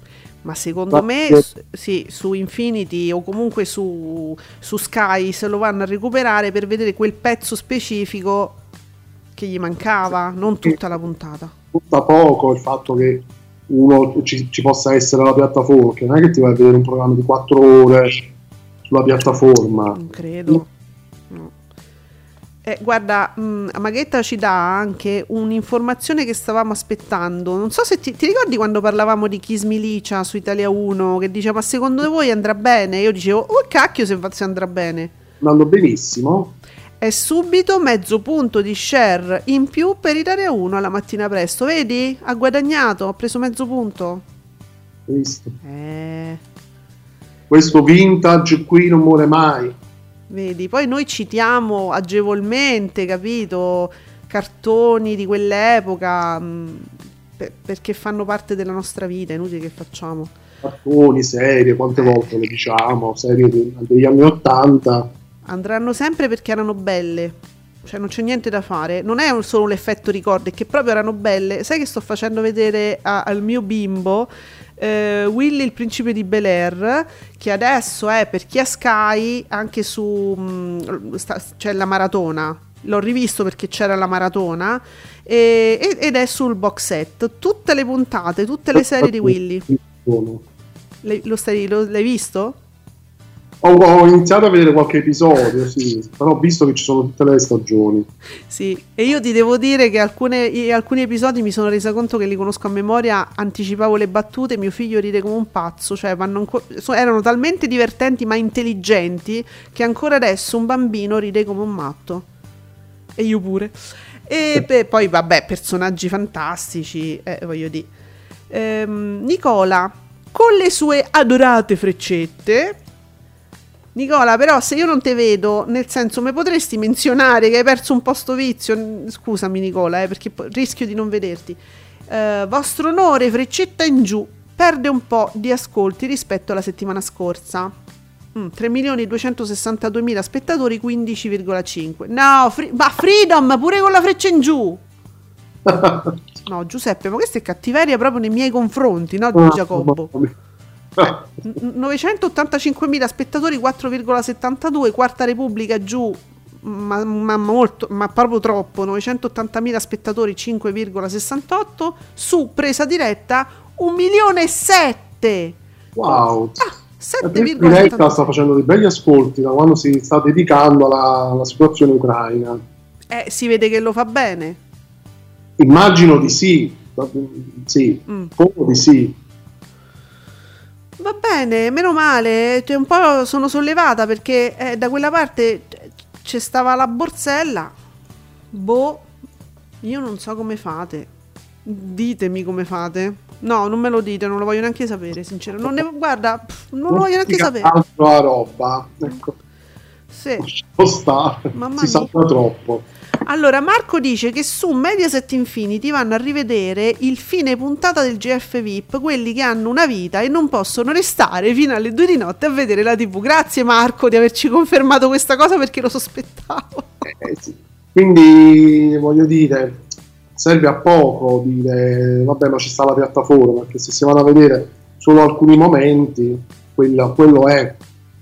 S7: Ma secondo
S8: Ma-
S7: me s- sì, su Infinity o comunque su, su Sky se lo vanno a recuperare per vedere quel pezzo specifico che gli mancava, non tutta la puntata.
S8: Tutta poco il fatto che uno ci, ci possa essere la piattaforma, che non è che ti vai a vedere un programma di quattro ore sulla piattaforma.
S7: Non credo. No. Eh, guarda, mh, Maghetta ci dà anche un'informazione che stavamo aspettando. Non so se ti, ti ricordi quando parlavamo di Kiss Milicia su Italia uno, che diceva ma secondo voi andrà bene? Io dicevo oh cacchio se, se andrà bene.
S8: Andando benissimo.
S7: È subito mezzo punto di share in più per Italia uno alla mattina presto. Vedi? Ha guadagnato, ha preso mezzo punto.
S8: Hai visto?
S7: Eh,
S8: Questo vintage qui non muore mai.
S7: vedi, poi noi citiamo agevolmente, capito? Cartoni di quell'epoca mh, per- perché fanno parte della nostra vita, è inutile che facciamo.
S8: Cartoni, serie, quante volte lo diciamo, serie de- degli anni ottanta.
S7: Andranno sempre perché erano belle, cioè non c'è niente da fare, non è un- solo l'effetto ricordo, è che proprio erano belle. Sai che sto facendo vedere a- al mio bimbo eh, Willy il principe di Bel-Air, che adesso è per chi ha Sky anche su mh, sta- c'è la maratona, l'ho rivisto perché c'era la maratona e- e- ed è sul box set tutte le puntate, tutte le serie di Willy. Le- lo stai- lo- l'hai visto?
S8: Ho, ho iniziato a vedere qualche episodio, sì, però ho visto che ci sono tutte le stagioni.
S7: Sì, e io ti devo dire che alcune, i- alcuni episodi mi sono resa conto che li conosco a memoria, anticipavo le battute, mio figlio ride come un pazzo, cioè vanno anco- so- erano talmente divertenti ma intelligenti che ancora adesso un bambino ride come un matto. E io pure. E beh, poi vabbè, personaggi fantastici, eh, voglio dire. Ehm, Nicola, con le sue adorate freccette... Nicola, però se io non te vedo, nel senso, mi potresti menzionare che hai perso un posto vizio? Scusami Nicola, eh, perché po- rischio di non vederti. Eh, vostro onore, freccetta in giù, perde un po' di ascolti rispetto alla settimana scorsa. Mm, tre milioni duecentosessantaduemila spettatori, quindici virgola cinque. No, fri- ma Freedom, pure con la freccia in giù. No, Giuseppe, ma questa è cattiveria proprio nei miei confronti, no, Giacobbo? novecentottantacinquemila spettatori, quattro virgola settantadue. Quarta Repubblica giù, ma, ma molto, ma proprio troppo, novecentottantamila spettatori, cinque virgola sessantotto. Su Presa Diretta un milione e sette.
S8: Wow.
S7: Ah, sette
S8: La
S7: virgola
S8: diretta
S7: settantadue.
S8: sta facendo dei begli ascolti da quando si sta dedicando alla, alla situazione ucraina.
S7: Eh, si vede che lo fa bene.
S8: Immagino di sì, sì,
S7: Mm.
S8: poco di sì.
S7: Va bene, meno male, cioè, un po' sono sollevata perché eh, da quella parte c'è stava la borsella. Boh, io non so come fate. Ditemi come fate. No, non me lo dite, non lo voglio neanche sapere, sincero. Non ne, guarda, pff, non lo voglio neanche
S8: dica
S7: sapere.
S8: tanto la roba, ecco,
S7: Sì.
S8: non sta,
S7: Mamma
S8: si
S7: mia.
S8: sa troppo.
S7: Allora, Marco dice che su Mediaset Infinity vanno a rivedere il fine puntata del G F V I P, quelli che hanno una vita e non possono restare fino alle due di notte a vedere la tivù. Grazie Marco di averci confermato questa cosa perché lo sospettavo.
S8: Eh, sì. Quindi voglio dire, serve a poco dire vabbè ma ci sta la piattaforma, perché se si vanno a vedere solo alcuni momenti, quello, quello è.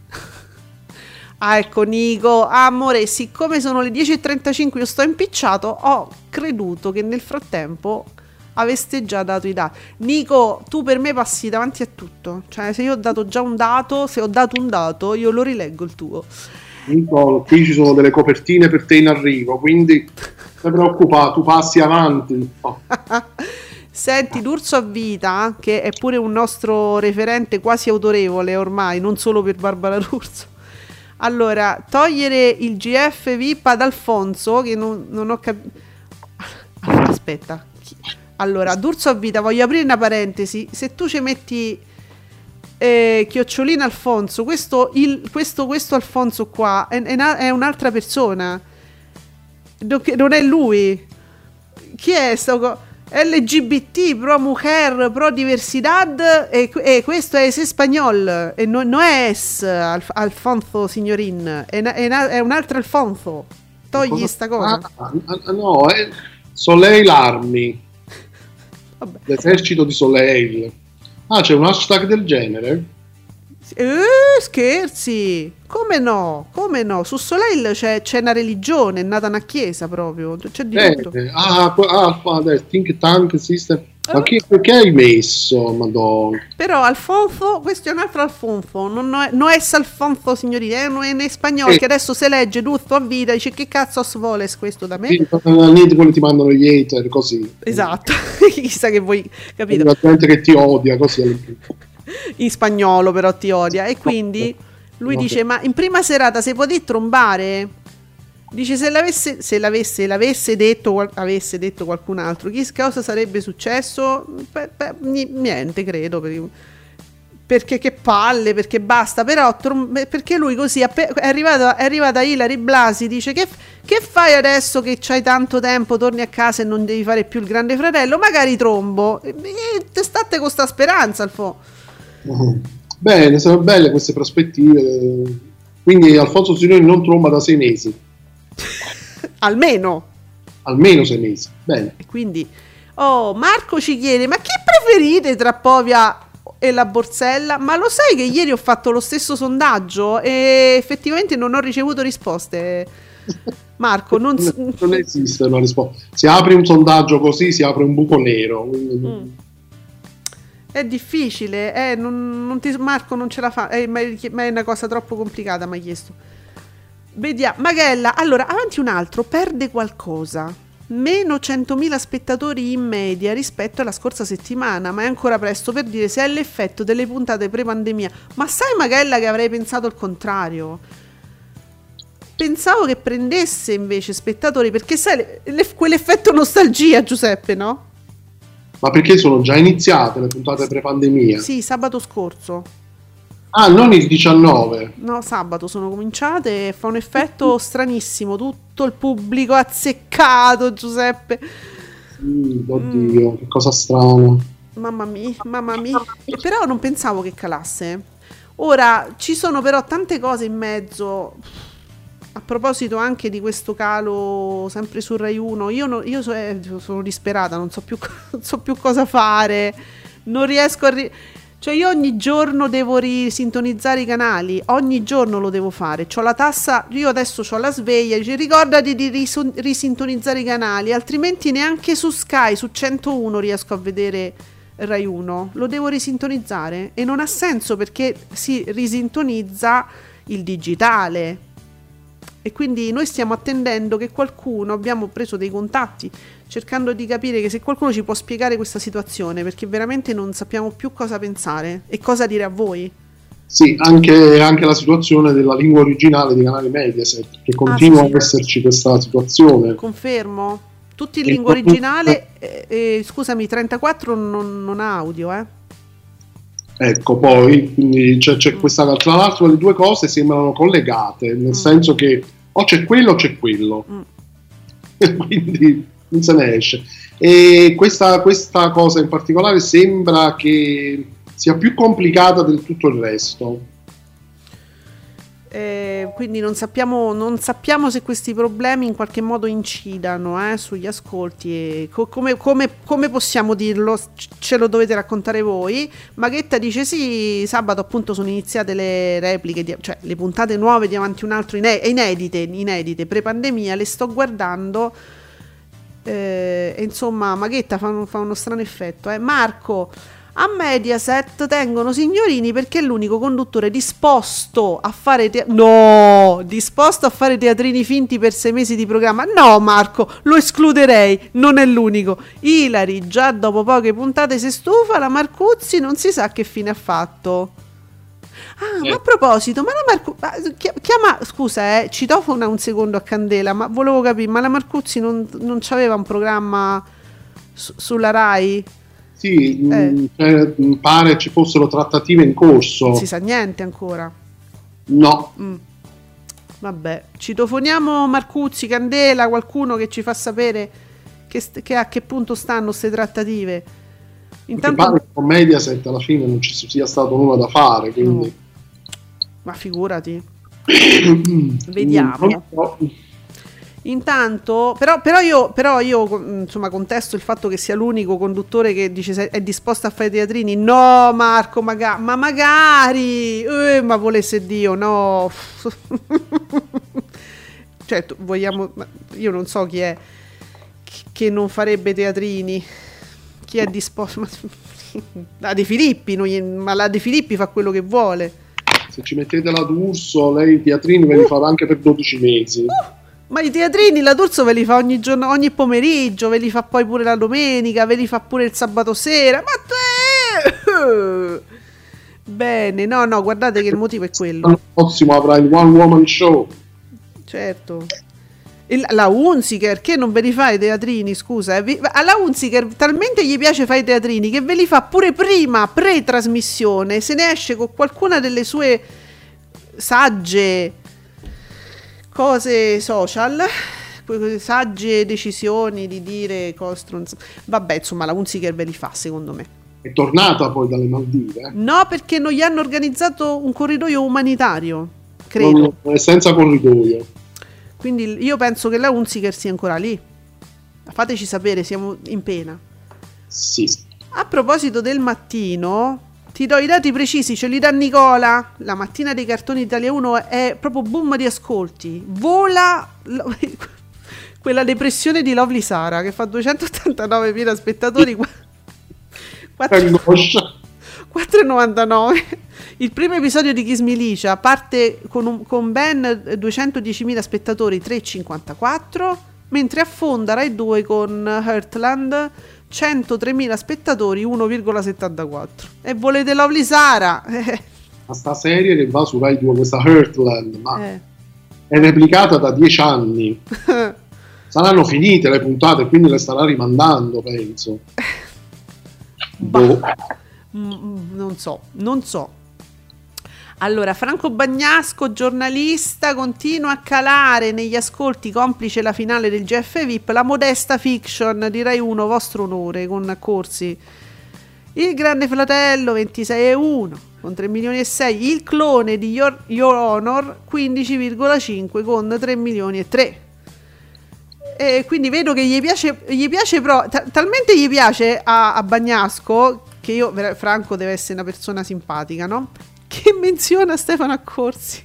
S7: Ah, ecco Nico, ah, amore, siccome sono le dieci e trentacinque io sto impicciato, ho creduto che nel frattempo aveste già dato i dati. Nico, tu per me passi davanti a tutto, cioè se io ho dato già un dato, se ho dato un dato io lo rileggo il tuo.
S8: Nico, qui ci sono delle copertine per te in arrivo, quindi non preoccupato, tu passi avanti. Oh.
S7: Senti, D'Urso a Vita, che è pure un nostro referente quasi autorevole ormai, non solo per Barbara D'Urso. Allora, togliere il G F V I P ad Alfonso, che non, non ho capito. Aspetta. Allora, D'Urso a Vita, voglio aprire una parentesi. Se tu ci metti eh, chiocciolina Alfonso, questo, il, questo, questo Alfonso qua è, è, una, è un'altra persona. Non è lui. Chi è sto co- L G B T, pro mujer, pro diversidad, e, e questo è es spagnol, e no, no es Alf- Alfonso signorin, è, na- è, na- è un altro Alfonso. Togli
S8: Cosa-
S7: sta cosa.
S8: Ah, ah, no, è Soleil Army,
S7: Vabbè.
S8: l'esercito di Soleil. Ah, c'è un hashtag del genere?
S7: Eh, scherzi! Come no? Come no? Su Soleil c'è, c'è una religione, è nata una chiesa proprio, c'è di
S8: Eh,
S7: tutto.
S8: ah, que- ah, adesso, think tank system. Ma che, perché hai messo? Madonna.
S7: Però Alfonso, questo è un altro Alfonso, non è, non è Alfonso signorina, è un in spagnolo
S8: Eh.
S7: che adesso se legge tutto a vita, dice che cazzo svoles questo da me?
S8: Sì, niente, quelli ti mandano gli hater così.
S7: Esatto, chissà che voi, capito?
S8: La gente che ti odia così.
S7: In spagnolo però ti odia e quindi lui
S8: Ok.
S7: dice ma in prima serata se potete trombare, dice se l'avesse, se l'avesse, l'avesse detto qual- avesse detto qualcun altro, chi cosa sarebbe successo? Beh, beh, ni- niente credo, per- perché che palle, perché basta, però trom- perché lui così appe- è arrivata, è arrivata Ilary Blasi, dice che, che fai adesso che c'hai tanto tempo, torni a casa e non devi fare più il grande fratello, magari trombo, e, e te state con sta speranza Alfo.
S8: Mhm. Bene, sono belle queste prospettive. Quindi Alfonso Signori non tromba da sei mesi,
S7: Almeno.
S8: almeno sei mesi. Bene.
S7: E quindi, oh, Marco ci chiede, ma chi preferite tra Povia e la Borsella? Ma lo sai che ieri ho fatto lo stesso sondaggio e effettivamente non ho ricevuto risposte. Marco, non... s-
S8: Non esiste una risposta. Si apre un sondaggio così, si apre un buco nero. Quindi-
S7: Mm. È difficile, eh, non, non ti, Marco non ce la fa, eh, ma, è, ma è una cosa troppo complicata, mi hai chiesto. Vediamo, Maghella, allora, avanti un altro, perde qualcosa. Meno centomila spettatori in media rispetto alla scorsa settimana, ma è ancora presto per dire se è l'effetto delle puntate pre-pandemia. Ma sai Maghella che avrei pensato il contrario? Pensavo che prendesse invece spettatori, perché sai, le- le- quell'effetto nostalgia, Giuseppe, no?
S8: Ma perché sono già iniziate le puntate pre-pandemia?
S7: Sì, sabato scorso.
S8: Ah, non il diciannove.
S7: No, sabato sono cominciate e fa un effetto stranissimo. Tutto il pubblico azzeccato, Giuseppe.
S8: Mm, oddio, che cosa strana.
S7: Mamma mia, mamma mia. E però non pensavo che calasse. Ora, ci sono però tante cose in mezzo. A proposito anche di questo calo sempre su Rai uno, io, no- io so- eh, sono disperata, non so più, co- non so più cosa fare. Non riesco a... ri- Cioè io ogni giorno devo risintonizzare i canali, ogni giorno lo devo fare, c'ho la tassa, io adesso c'ho la sveglia, dice ricordati di risu- risintonizzare i canali, altrimenti neanche su Sky, su centouno riesco a vedere Rai uno, lo devo risintonizzare e non ha senso perché si risintonizza il digitale. E quindi noi stiamo attendendo che qualcuno, abbiamo preso dei contatti cercando di capire che se qualcuno ci può spiegare questa situazione, perché veramente non sappiamo più cosa pensare e cosa dire a voi.
S8: Sì, anche, anche la situazione della lingua originale di canale Mediaset, che continua
S7: Ah, sì, sì.
S8: ad esserci questa situazione.
S7: Confermo. Tutti in
S8: E
S7: lingua
S8: proprio-
S7: originale, eh, eh, scusami, trentaquattro non, non ha audio, eh.
S8: Ecco, poi quindi c'è, c'è questa, tra l'altro le due cose sembrano collegate, nel
S7: Mm.
S8: senso che o c'è quello o c'è quello,
S7: Mm.
S8: quindi non se ne esce. E questa, questa cosa in particolare sembra che sia più complicata del tutto il resto.
S7: Eh, quindi non sappiamo, non sappiamo se questi problemi in qualche modo incidano eh, sugli ascolti e co- come, come- come possiamo dirlo, C- ce lo dovete raccontare voi. Maghetta dice sì, sabato appunto sono iniziate le repliche, di- cioè le puntate nuove di Avanti un altro ine- inedite, inedite pre-pandemia, le sto guardando eh, e insomma Maghetta fa, un- fa uno strano effetto. eh. Marco, a Mediaset tengono signorini perché è l'unico conduttore disposto a fare te- no, disposto a fare teatrini finti per sei mesi di programma. No, Marco, lo escluderei, non è l'unico. Ilary già dopo poche puntate si stufa, la Marcuzzi non si sa che fine ha fatto. Ah, ma a proposito, ma la Marcuzzi chiama, scusa, eh, citofona un secondo a Candela, ma volevo capire, ma la Marcuzzi non, non c'aveva un programma su- sulla Rai?
S8: Sì,
S7: Eh.
S8: mh, cioè, mh, pare ci fossero trattative in corso.
S7: Non si sa niente ancora.
S8: No,
S7: Mm. Vabbè, citofoniamo Marcuzzi, Candela, qualcuno che ci fa sapere che, st- che a che punto stanno queste trattative.
S8: perché
S7: Intanto,
S8: pare che con Mediaset alla fine non ci sia stato nulla da fare, quindi
S7: ma figurati,
S8: Mm,
S7: vediamo.
S8: non so.
S7: Intanto, però, però, io, però io insomma contesto il fatto che sia l'unico conduttore che dice se è disposto a fare i teatrini. No, Marco, maga- ma magari, eh, ma volesse Dio, no. Cioè, vogliamo, io non so chi è che non farebbe teatrini, chi è disposto. La De Filippi, non gli, ma la De Filippi fa quello che vuole.
S8: Se ci mettete la D'Urso, lei i teatrini ve li uh. farà anche per dodici mesi.
S7: Uh. Ma i teatrini la D'Urso ve li fa ogni giorno, ogni pomeriggio, ve li fa poi pure la domenica, ve li fa pure il sabato sera. Ma te... Bene, no, no, guardate che il motivo è quello.
S8: L'anno prossimo avrà il One Woman Show.
S7: Certo. Il, la Hunziker, che non ve li fa i teatrini, scusa. Eh? Vi, alla Hunziker talmente gli piace fare i teatrini che ve li fa pure prima, pre-trasmissione. Se ne esce con qualcuna delle sue sagge... cose social, sagge decisioni di dire Costrons. Vabbè, insomma, la Hunziker ve li fa, secondo me.
S8: È tornata poi dalle Maldive?
S7: No, perché non gli hanno organizzato un corridoio umanitario, credo.
S8: Non, è senza corridoio.
S7: Quindi io penso che la Hunziker sia ancora lì. Fateci sapere, siamo in pena.
S8: Sì.
S7: A proposito del mattino, ti do i dati precisi, ce li dà Nicola. La mattina dei cartoni Italia uno è proprio boom di ascolti. Vola lo, quella depressione di Lovely Sara che fa duecentottantanovemila spettatori. quattro virgola novantanove. Il primo episodio di Kiss Milicia parte con, un, con ben duecentodiecimila spettatori, tre virgola cinquantaquattro, mentre affonda Rai due con Heartland, centotremila spettatori, uno virgola settantaquattro. E volete Lovely Sara?
S8: Ma sta serie che va su Rai due, questa Heartland, ma
S7: eh. è
S8: replicata da dieci anni. Saranno finite le puntate, quindi le starà rimandando, penso. Boh.
S7: Mm, non so, non so. Allora, Franco Bagnasco, giornalista, continua a calare negli ascolti, complice la finale del G F V I P, la modesta fiction di Rai uno, vostro onore, con Corsi. Il Grande Fratello, ventisei virgola uno, con tre milioni e sei. Il clone di Your, Your Honor, quindici virgola cinque, con tre milioni e tre. E quindi vedo che gli piace, gli piace però, t- talmente gli piace a, a Bagnasco, che io, Franco deve essere una persona simpatica, no? Che menziona Stefano Accorsi.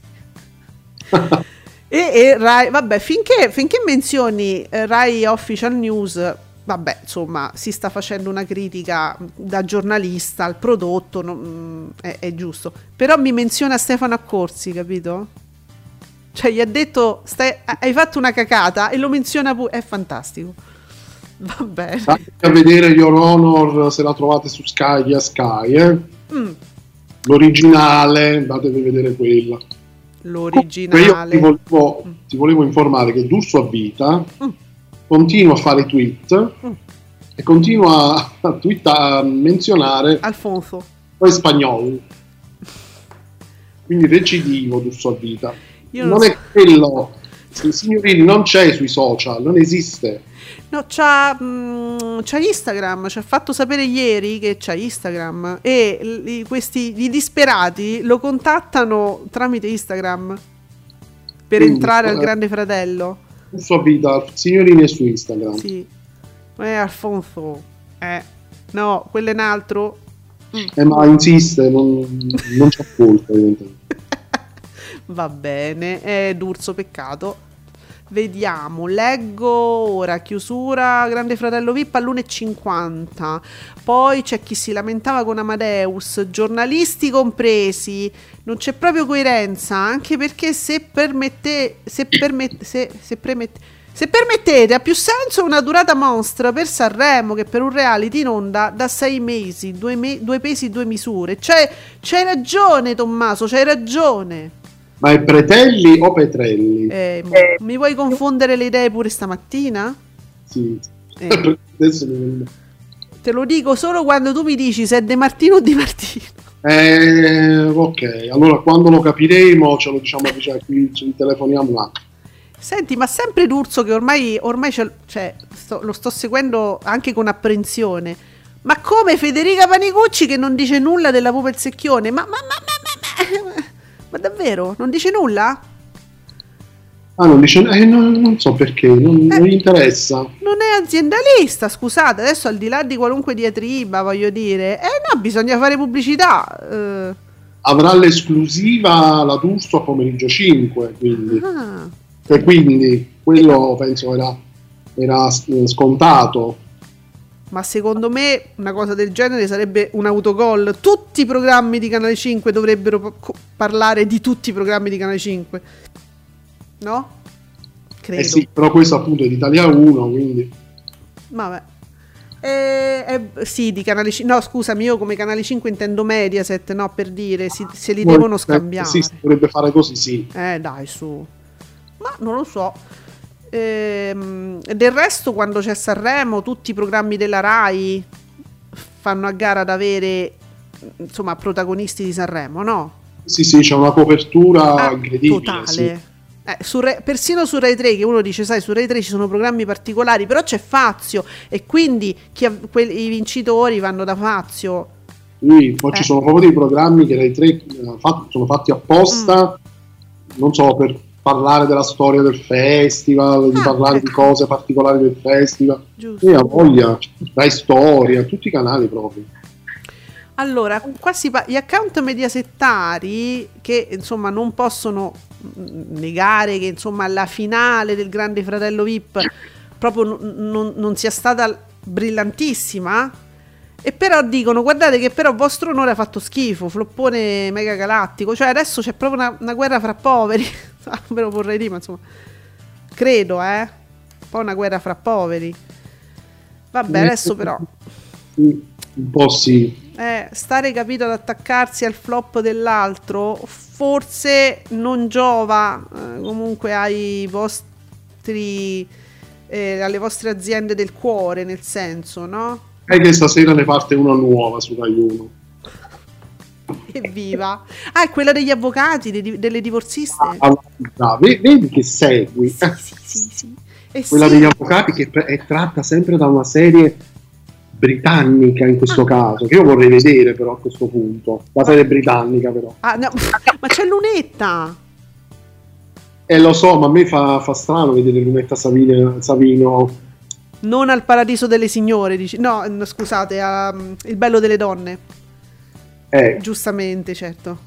S7: e, e Rai, vabbè, finché, finché menzioni eh, Rai Official News, vabbè, insomma, si sta facendo una critica da giornalista al prodotto, no, è, è giusto. Però mi menziona Stefano Accorsi, capito? Cioè gli ha detto stai, hai fatto una cacata e lo menziona pure, è fantastico. Va bene.
S8: Andate a vedere Your Honor se la trovate su Sky a Sky, eh? Mm. L'originale, andatevi a vedere quella.
S7: L'originale.
S8: Io ti volevo, mm. ti volevo informare che D'Urso a vita mm. continua a fare tweet mm. e continua a, tweet a menzionare
S7: Alfonso
S8: poi spagnolo. Quindi recidivo D'Urso a vita. Io non, non è so. quello. Il signorini non c'è sui social, non esiste.
S7: No, c'ha, mh, c'ha Instagram, ci ha fatto sapere ieri che c'ha Instagram e li, questi i disperati lo contattano tramite Instagram per Quindi, entrare eh, al Grande Fratello.
S8: Sua vita, signorini è su Instagram.
S7: Sì. Eh, Alfonso. Eh. No, quello è un altro.
S8: Mm. Eh, ma insiste, non, non ci ascolta evidentemente.
S7: Va bene, è D'Urso, peccato. Vediamo, leggo ora, chiusura Grande Fratello V I P all'una e cinquanta. Poi c'è chi si lamentava con Amadeus, giornalisti compresi. Non c'è proprio coerenza, anche perché se permette se permette se, se permette se permettete ha più senso una durata monstra per Sanremo che per un reality in onda da sei mesi, due, me- due pesi, due misure. Cioè, c'hai ragione Tommaso, c'hai ragione.
S8: Ma è Pretelli o Petrelli?
S7: Eh, eh. Mi vuoi confondere le idee pure stamattina?
S8: Sì.
S7: Eh.
S8: Adesso mi...
S7: Te lo dico solo quando tu mi dici se è De Martino o Di Martino.
S8: Eh, ok, allora quando lo capiremo ce lo diciamo, cioè, qui ci telefoniamo là.
S7: Senti, ma sempre D'Urso che ormai, ormai cioè, sto, lo sto seguendo anche con apprensione. Ma come Federica Panicucci che non dice nulla della Pupa il Secchione? Ma, ma, ma, ma, ma, ma, ma davvero? Non dice nulla?
S8: Ah, non dice, eh, no, non so perché, non,
S7: Eh.
S8: non gli interessa.
S7: Non è aziendalista, scusate, adesso al di là di qualunque diatriba, voglio dire, eh no, bisogna fare pubblicità. eh.
S8: Avrà l'esclusiva la D'Urso a pomeriggio cinque, quindi,
S7: Ah.
S8: e quindi quello penso era, era scontato.
S7: Ma secondo me una cosa del genere sarebbe un autogol. Tutti i programmi di Canale cinque dovrebbero po- co- parlare di tutti i programmi di Canale cinque. No? Credo.
S8: Eh sì, però questo appunto è di Italia uno, quindi
S7: Vabbè. Eh, eh, sì, di Canale cinque. No, scusami, io come Canale cinque intendo Mediaset, no, per dire, si- se li devono
S8: Eh,
S7: scambiare.
S8: sì, si dovrebbe fare così, sì.
S7: Eh, dai, su. Ma non lo so. Ehm, del resto, quando c'è Sanremo, tutti i programmi della Rai fanno a gara ad avere, insomma, protagonisti di Sanremo, no?
S8: Sì, sì, c'è una copertura
S7: Ah,
S8: incredibile.
S7: totale.
S8: Sì.
S7: Eh, su Rai- persino su Rai tre, che uno dice, sai, su Rai tre ci sono programmi particolari, però c'è Fazio e quindi chi ha- que- i vincitori vanno da Fazio.
S8: Sì, poi
S7: Eh.
S8: ci sono proprio dei programmi che Rai tre eh, fat- sono fatti apposta,
S7: Mm.
S8: non so, per parlare della storia del festival, di
S7: Ah,
S8: parlare
S7: ecco.
S8: di cose particolari del festival.
S7: Giusto.
S8: E ha voglia, Rai Storia, tutti i canali proprio.
S7: Allora, qua si pa- gli account mediasettari che insomma non possono mm, negare che insomma la finale del Grande Fratello V I P proprio non, non- non sia stata brillantissima, e però dicono guardate che però vostro onore ha fatto schifo, floppone mega galattico, cioè adesso c'è proprio una, una guerra fra poveri. Ve lo vorrei dire, ma insomma credo, eh un po' una guerra fra poveri. Vabbè, adesso però
S8: Sì, un po' sì.
S7: Eh, stare capito ad attaccarsi al flop dell'altro forse non giova eh, comunque ai vostri eh, alle vostre aziende del cuore, nel senso, no?
S8: È che stasera ne parte una nuova su Rai uno.
S7: Evviva! Ah, è quella degli avvocati, dei- delle divorziste.
S8: Ah, ah, ve- vedi che segui
S7: Sì, sì, sì, sì. E
S8: quella
S7: sì,
S8: degli avvocati, che pre- è tratta sempre da una serie britannica in questo caso, che io vorrei vedere però a questo punto, la serie britannica però.
S7: ah, no, ma c'è Lunetta.
S8: E lo so, ma a me fa, fa strano vedere Lunetta Savino, Savino.
S7: Non al Paradiso delle Signore, dici. No, no, scusate, a, mm, Il bello delle donne.
S8: Eh,
S7: Giustamente, certo.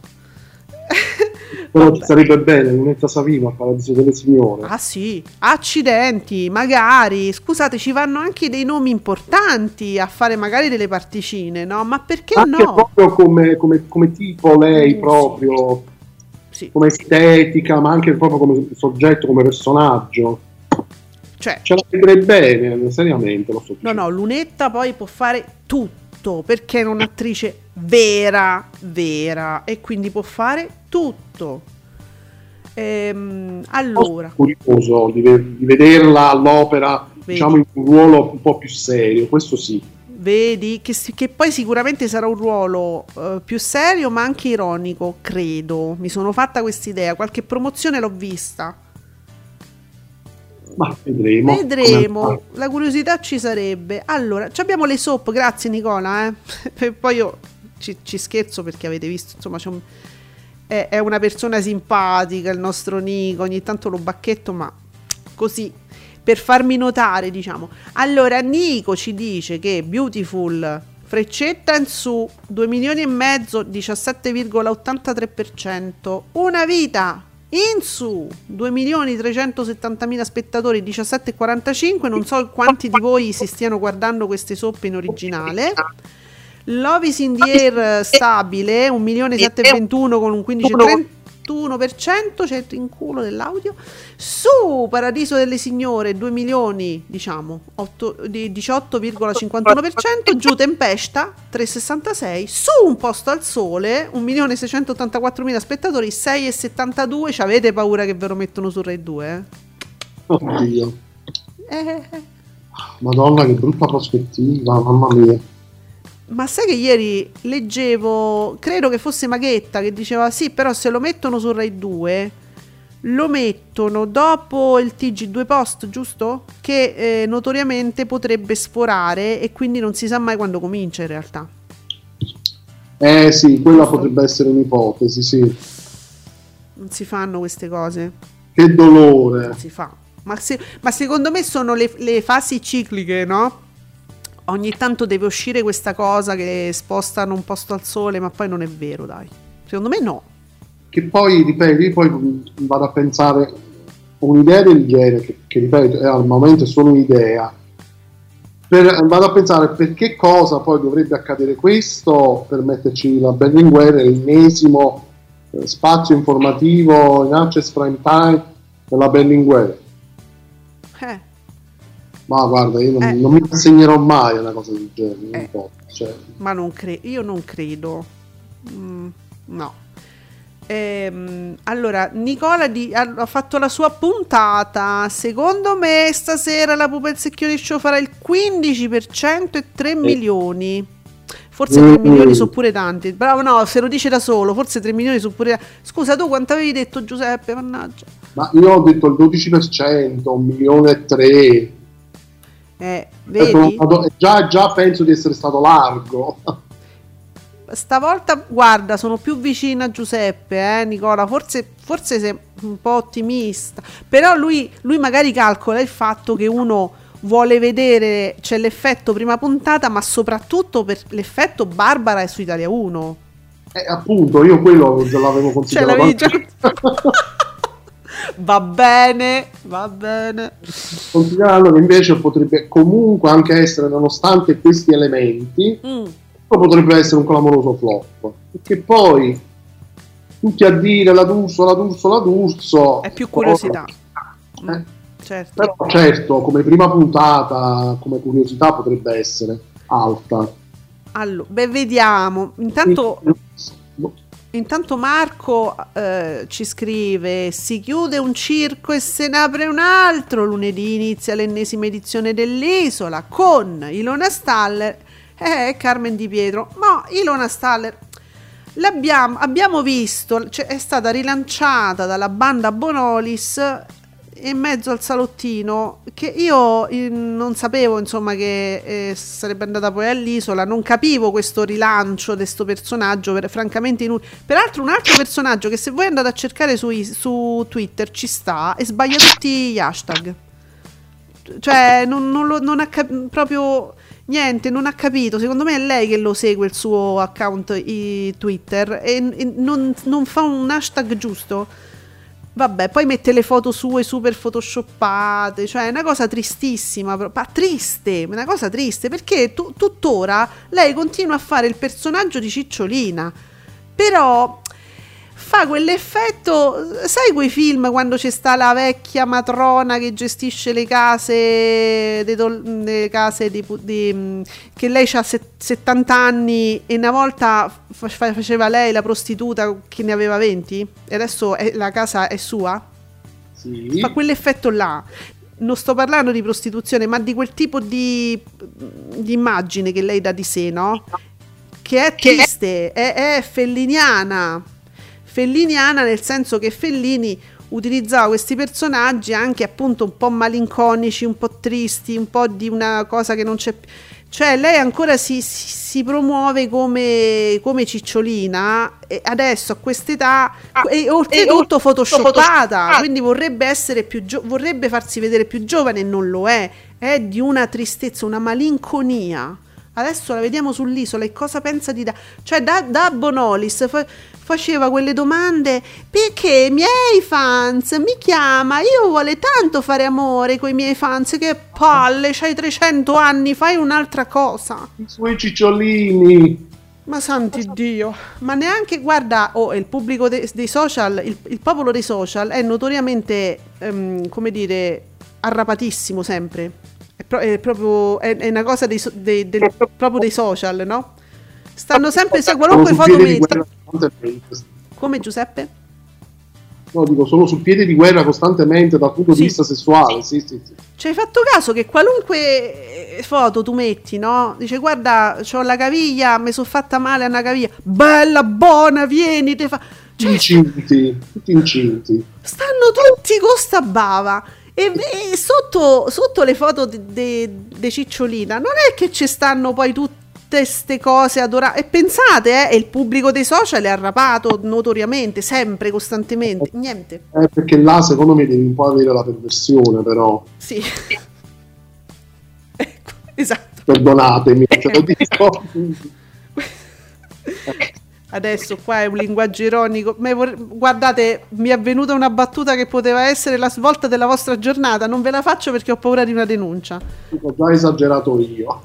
S8: però
S7: Vabbè.
S8: ci sarebbe bene Lunetta Savino al Paradiso delle Signore.
S7: Ah sì, accidenti, magari, scusate, ci vanno anche dei nomi importanti a fare magari delle particine, no? Ma perché
S8: Anche
S7: no?
S8: proprio come, come- come tipo lei,
S7: Mm,
S8: proprio
S7: Sì,
S8: come estetica, ma anche proprio come soggetto, come personaggio.
S7: cioè,
S8: Ce la vedrei bene, seriamente, lo sto
S7: no,
S8: dicendo.
S7: no, Lunetta poi può fare tutto, perché è un'attrice vera, vera, e quindi può fare tutto. Ehm, allora,
S8: Sono curioso di, ve- di vederla all'opera,
S7: Vedi.
S8: diciamo, in un ruolo un po' più serio, questo sì.
S7: vedi che, si- che poi sicuramente sarà un ruolo eh, più serio, ma anche ironico, credo. Mi sono fatta quest'idea, qualche promozione l'ho vista.
S8: Ma vedremo.
S7: Vedremo,
S8: come-
S7: la curiosità ci sarebbe. Allora, ci abbiamo le soap, grazie Nicola. Eh. E poi io ci, ci scherzo perché avete visto, insomma, c'è un- è, è una persona simpatica il nostro Nico, ogni tanto lo bacchetto, ma così, per farmi notare, diciamo. Allora, Nico ci dice che Beautiful, freccetta in su, due milioni e mezzo, diciassette virgola ottantatré per cento. Una vita in su, due milioni trecentosettantamila spettatori, diciassette virgola quarantacinque. Non so quanti di voi si stiano guardando queste soppe in originale. Love is in the air stabile, un milione settecentoventuno con un quindici virgola trentuno per cento, c'è il culo dell'audio. Su Paradiso delle Signore, due milioni, diciamo, otto di diciotto virgola cinquantuno per cento. Giù Tempesta, tre virgola sessantasei. Su Un posto al sole, un milione seicentottantaquattromila spettatori, sei virgola settantadue. Ci avete paura che ve lo mettono su Rai due?
S8: Oddio.
S7: Eh? Eh,
S8: Madonna, che brutta prospettiva, mamma mia.
S7: Ma sai che ieri leggevo, credo che fosse Maghetta, che diceva sì, però se lo mettono su Rai due lo mettono dopo il T G due Post, giusto? Che eh, notoriamente potrebbe sforare e quindi non si sa mai quando comincia in realtà.
S8: Eh sì, quella potrebbe essere un'ipotesi, sì.
S7: Non si fanno queste cose.
S8: che dolore.
S7: Non si fa. Ma, se, ma secondo me sono le, le fasi cicliche, no? Ogni tanto deve uscire questa cosa che spostano un posto al sole, ma poi non è vero, dai. Secondo me no.
S8: Che poi, ripeto, io poi vado a pensare un'idea del genere, che, che ripeto, è, al momento è solo un'idea. Per, vado a pensare per che cosa poi dovrebbe accadere questo per metterci la Berlinguer, l'ennesimo eh, spazio informativo in access prime time della Berlinguer.
S7: Eh.
S8: Ma guarda, io non,
S7: Eh.
S8: non mi insegnerò mai una cosa del genere. Non
S7: Eh.
S8: posso, cioè.
S7: Ma non credo, io non credo. Mm, no. Ehm, allora, Nicola di- ha, ha fatto la sua puntata. Secondo me stasera la Pupa e il Secchione Show farà il quindici per cento e tre milioni. Forse tre
S8: Mm.
S7: milioni sono pure tanti. Bravo, no, se lo dice da solo, forse tre milioni sono pure. Scusa, tu quanto avevi detto, Giuseppe? Mannaggia.
S8: Ma io ho detto il dodici per cento, un milione e tre.
S7: Eh, vedi?
S8: Già, già penso di essere stato largo.
S7: Stavolta, guarda, sono più vicina a Giuseppe, eh, Nicola. Forse, forse sei un po' ottimista. Però lui, lui magari calcola il fatto che uno vuole vedere, c'è l'effetto prima puntata, ma soprattutto per l'effetto Barbara è su Italia uno.
S8: Eh, appunto, io quello già l'avevo
S7: Cioè,
S8: considerato.
S7: l'avevi già... Va bene, va bene.
S8: Considerando che invece potrebbe comunque anche essere, nonostante questi elementi,
S7: Mm.
S8: potrebbe essere un clamoroso flop. Perché poi tutti a dire la D'Urso, la D'Urso, la D'Urso.
S7: È più curiosità.
S8: Eh,
S7: Mm, certo.
S8: Però certo, come prima puntata, come curiosità potrebbe essere alta.
S7: Allora, beh, vediamo. Intanto... Intanto Marco eh, ci scrive: si chiude un circo e se ne apre un altro. Lunedì inizia l'ennesima edizione dell'Isola con Ilona Staller e Carmen Di Pietro. Ma Ilona Staller l'abbiamo abbiamo visto, cioè, è stata rilanciata dalla banda Bonolis in mezzo al salottino, che io eh, non sapevo insomma che eh, sarebbe andata poi all'Isola. Non capivo questo rilancio di questo personaggio, per, francamente inutile. Peraltro un altro personaggio che, se voi andate a cercare su, su Twitter, ci sta e sbaglia tutti gli hashtag, cioè non, non, lo, non ha cap- proprio niente, non ha capito. Secondo me è lei che lo segue il suo account i Twitter e, e non, non fa un hashtag giusto. Vabbè, poi mette le foto sue super photoshoppate, cioè è una cosa tristissima, ma triste, una cosa triste, perché tu, tuttora lei continua a fare il personaggio di Cicciolina, però fa quell'effetto, sai quei film quando c'è sta la vecchia matrona che gestisce le case, le, dol- le case di, di, che lei ha settanta anni e una volta fa- faceva lei la prostituta che ne aveva venti e adesso è, la casa è sua?
S8: Sì.
S7: Fa quell'effetto là. Non sto parlando di prostituzione, ma di quel tipo di, di immagine che lei dà di sé, no? Che è triste, è, è felliniana. Felliniana nel senso che Fellini utilizzava questi personaggi anche appunto un po' malinconici, un po' tristi, un po' di una cosa che non c'è più. Cioè lei ancora si, si, si promuove come, come Cicciolina e adesso a quest'età ah, e oltretutto e photoshoppata, quindi vorrebbe essere più gio- vorrebbe farsi vedere più giovane e non lo è, è di una tristezza, una malinconia. Adesso la vediamo sull'Isola e cosa pensa di da... Cioè da, da Bonolis fa, faceva quelle domande: perché i miei fans mi chiama, io vuole tanto fare amore con i miei fans, che palle, c'hai trecento anni, fai un'altra cosa.
S8: I suoi cicciolini.
S7: Ma santi Dio, ma neanche, guarda, oh, il pubblico de- dei social, il, il popolo dei social è notoriamente, um, come dire, arrapatissimo sempre. È, pro- è proprio è, è una cosa dei, so- dei, dei, proprio dei social, no? Stanno sempre, se qualunque foto metta. Come, Giuseppe?
S8: No, dico, sono sul piede di guerra costantemente dal punto
S7: sì.
S8: di vista sessuale. Sì, sì, sì.
S7: Ci hai fatto caso che qualunque foto tu metti, no? Dice: guarda, c'ho la caviglia, mi sono fatta male a una caviglia, bella, buona, vieni, te fa. Cioè,
S8: incinti, tutti incinti.
S7: Stanno tutti con sta bava. E, e sotto, sotto le foto di de, de Cicciolina non è che ci stanno poi tutti tutte ste cose adorate. E pensate, eh, il pubblico dei social è arrapato notoriamente, sempre, costantemente. Niente.
S8: Eh, perché là secondo me devi un po' avere la perversione, però.
S7: Sì. Ecco, esatto.
S8: Perdonatemi, ce lo dico.
S7: Adesso qua è un linguaggio ironico. Ma vor- guardate, mi è venuta una battuta che poteva essere la svolta della vostra giornata. Non ve la faccio perché ho paura di una denuncia.
S8: Ho già esagerato io.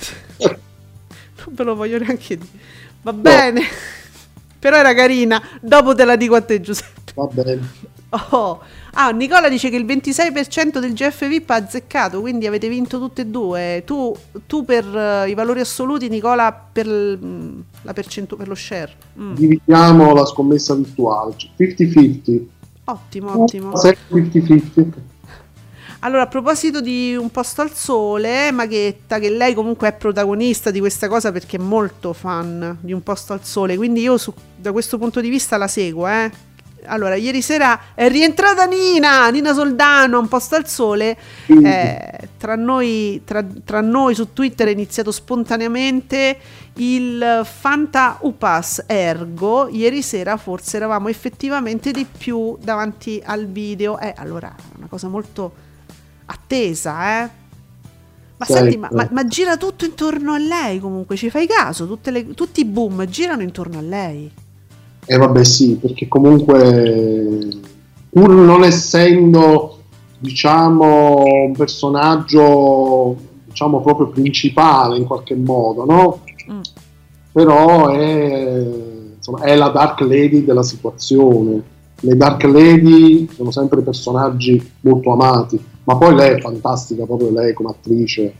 S7: Non ve lo voglio neanche dire. Va bene. No. Però era carina. Dopo te la dico a te, Giuseppe.
S8: Va bene.
S7: Oh. Ah, Nicola dice che il ventisei per cento del G F V I P ha azzeccato, quindi avete vinto tutte e due. Tu, tu per uh, i valori assoluti, Nicola, per l- la percentuale, per lo share. Mm.
S8: Dividiamo la scommessa virtuale, cinquanta cinquanta.
S7: Ottimo, ottimo.
S8: cinquanta cinquanta.
S7: Allora, a proposito di Un posto al sole, Maghetta, che lei comunque è protagonista di questa cosa perché è molto fan di Un posto al sole, quindi io su, da questo punto di vista la seguo, eh. Allora, ieri sera è rientrata Nina, Nina Soldano, Un posto al sole. Eh, tra, noi, tra, tra noi su Twitter è iniziato spontaneamente il Fanta Upas, ergo ieri sera forse eravamo effettivamente di più davanti al video. Eh, allora, una cosa molto attesa, eh. Ma
S8: certo.
S7: Senti, ma, ma, ma gira tutto intorno a lei comunque, ci fai caso? Tutte le, tutti i boom girano intorno a lei.
S8: Eh vabbè sì, perché comunque pur non essendo diciamo un personaggio diciamo proprio principale in qualche modo, no? Mm. Però è, insomma, è la Dark Lady della situazione. Le Dark Lady sono sempre personaggi molto amati, ma poi lei è fantastica, proprio lei come attrice.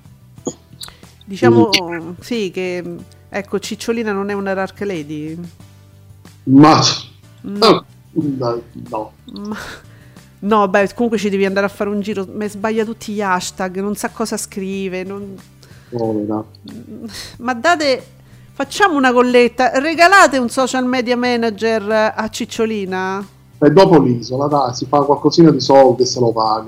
S7: Diciamo Quindi, sì che ecco, Cicciolina non è una Dark Lady.
S8: Ma
S7: no,
S8: no, no.
S7: Ma, no, beh, comunque ci devi andare a fare un giro. Mi sbaglia tutti gli hashtag, non sa cosa scrive. Non...
S8: Oh, no.
S7: Ma date, facciamo una colletta. Regalate un social media manager a Cicciolina.
S8: E dopo l'isola, dai, si fa qualcosina di soldi e se lo paga.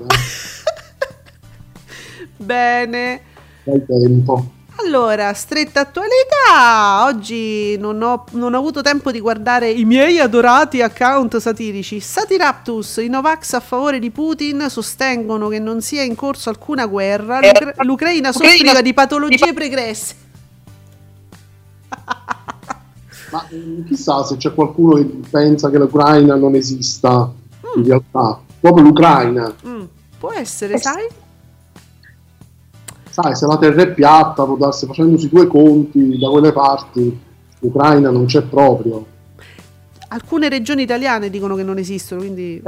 S7: Bene.
S8: Dai tempo.
S7: Allora, stretta attualità, oggi non ho, non ho avuto tempo di guardare i miei adorati account satirici. Satiraptus, i Novax a favore di Putin sostengono che non sia in corso alcuna guerra, L'Ucra- l'Ucraina soffriva di patologie pregresse.
S8: Ma chissà se c'è qualcuno che pensa che l'Ucraina non esista, mm. in realtà, proprio l'Ucraina.
S7: Mm. Può essere, sai?
S8: Sai, se la terra è piatta, può darsi, facendosi due conti da quelle parti, l'Ucraina non c'è proprio.
S7: Alcune regioni italiane dicono che non esistono, quindi...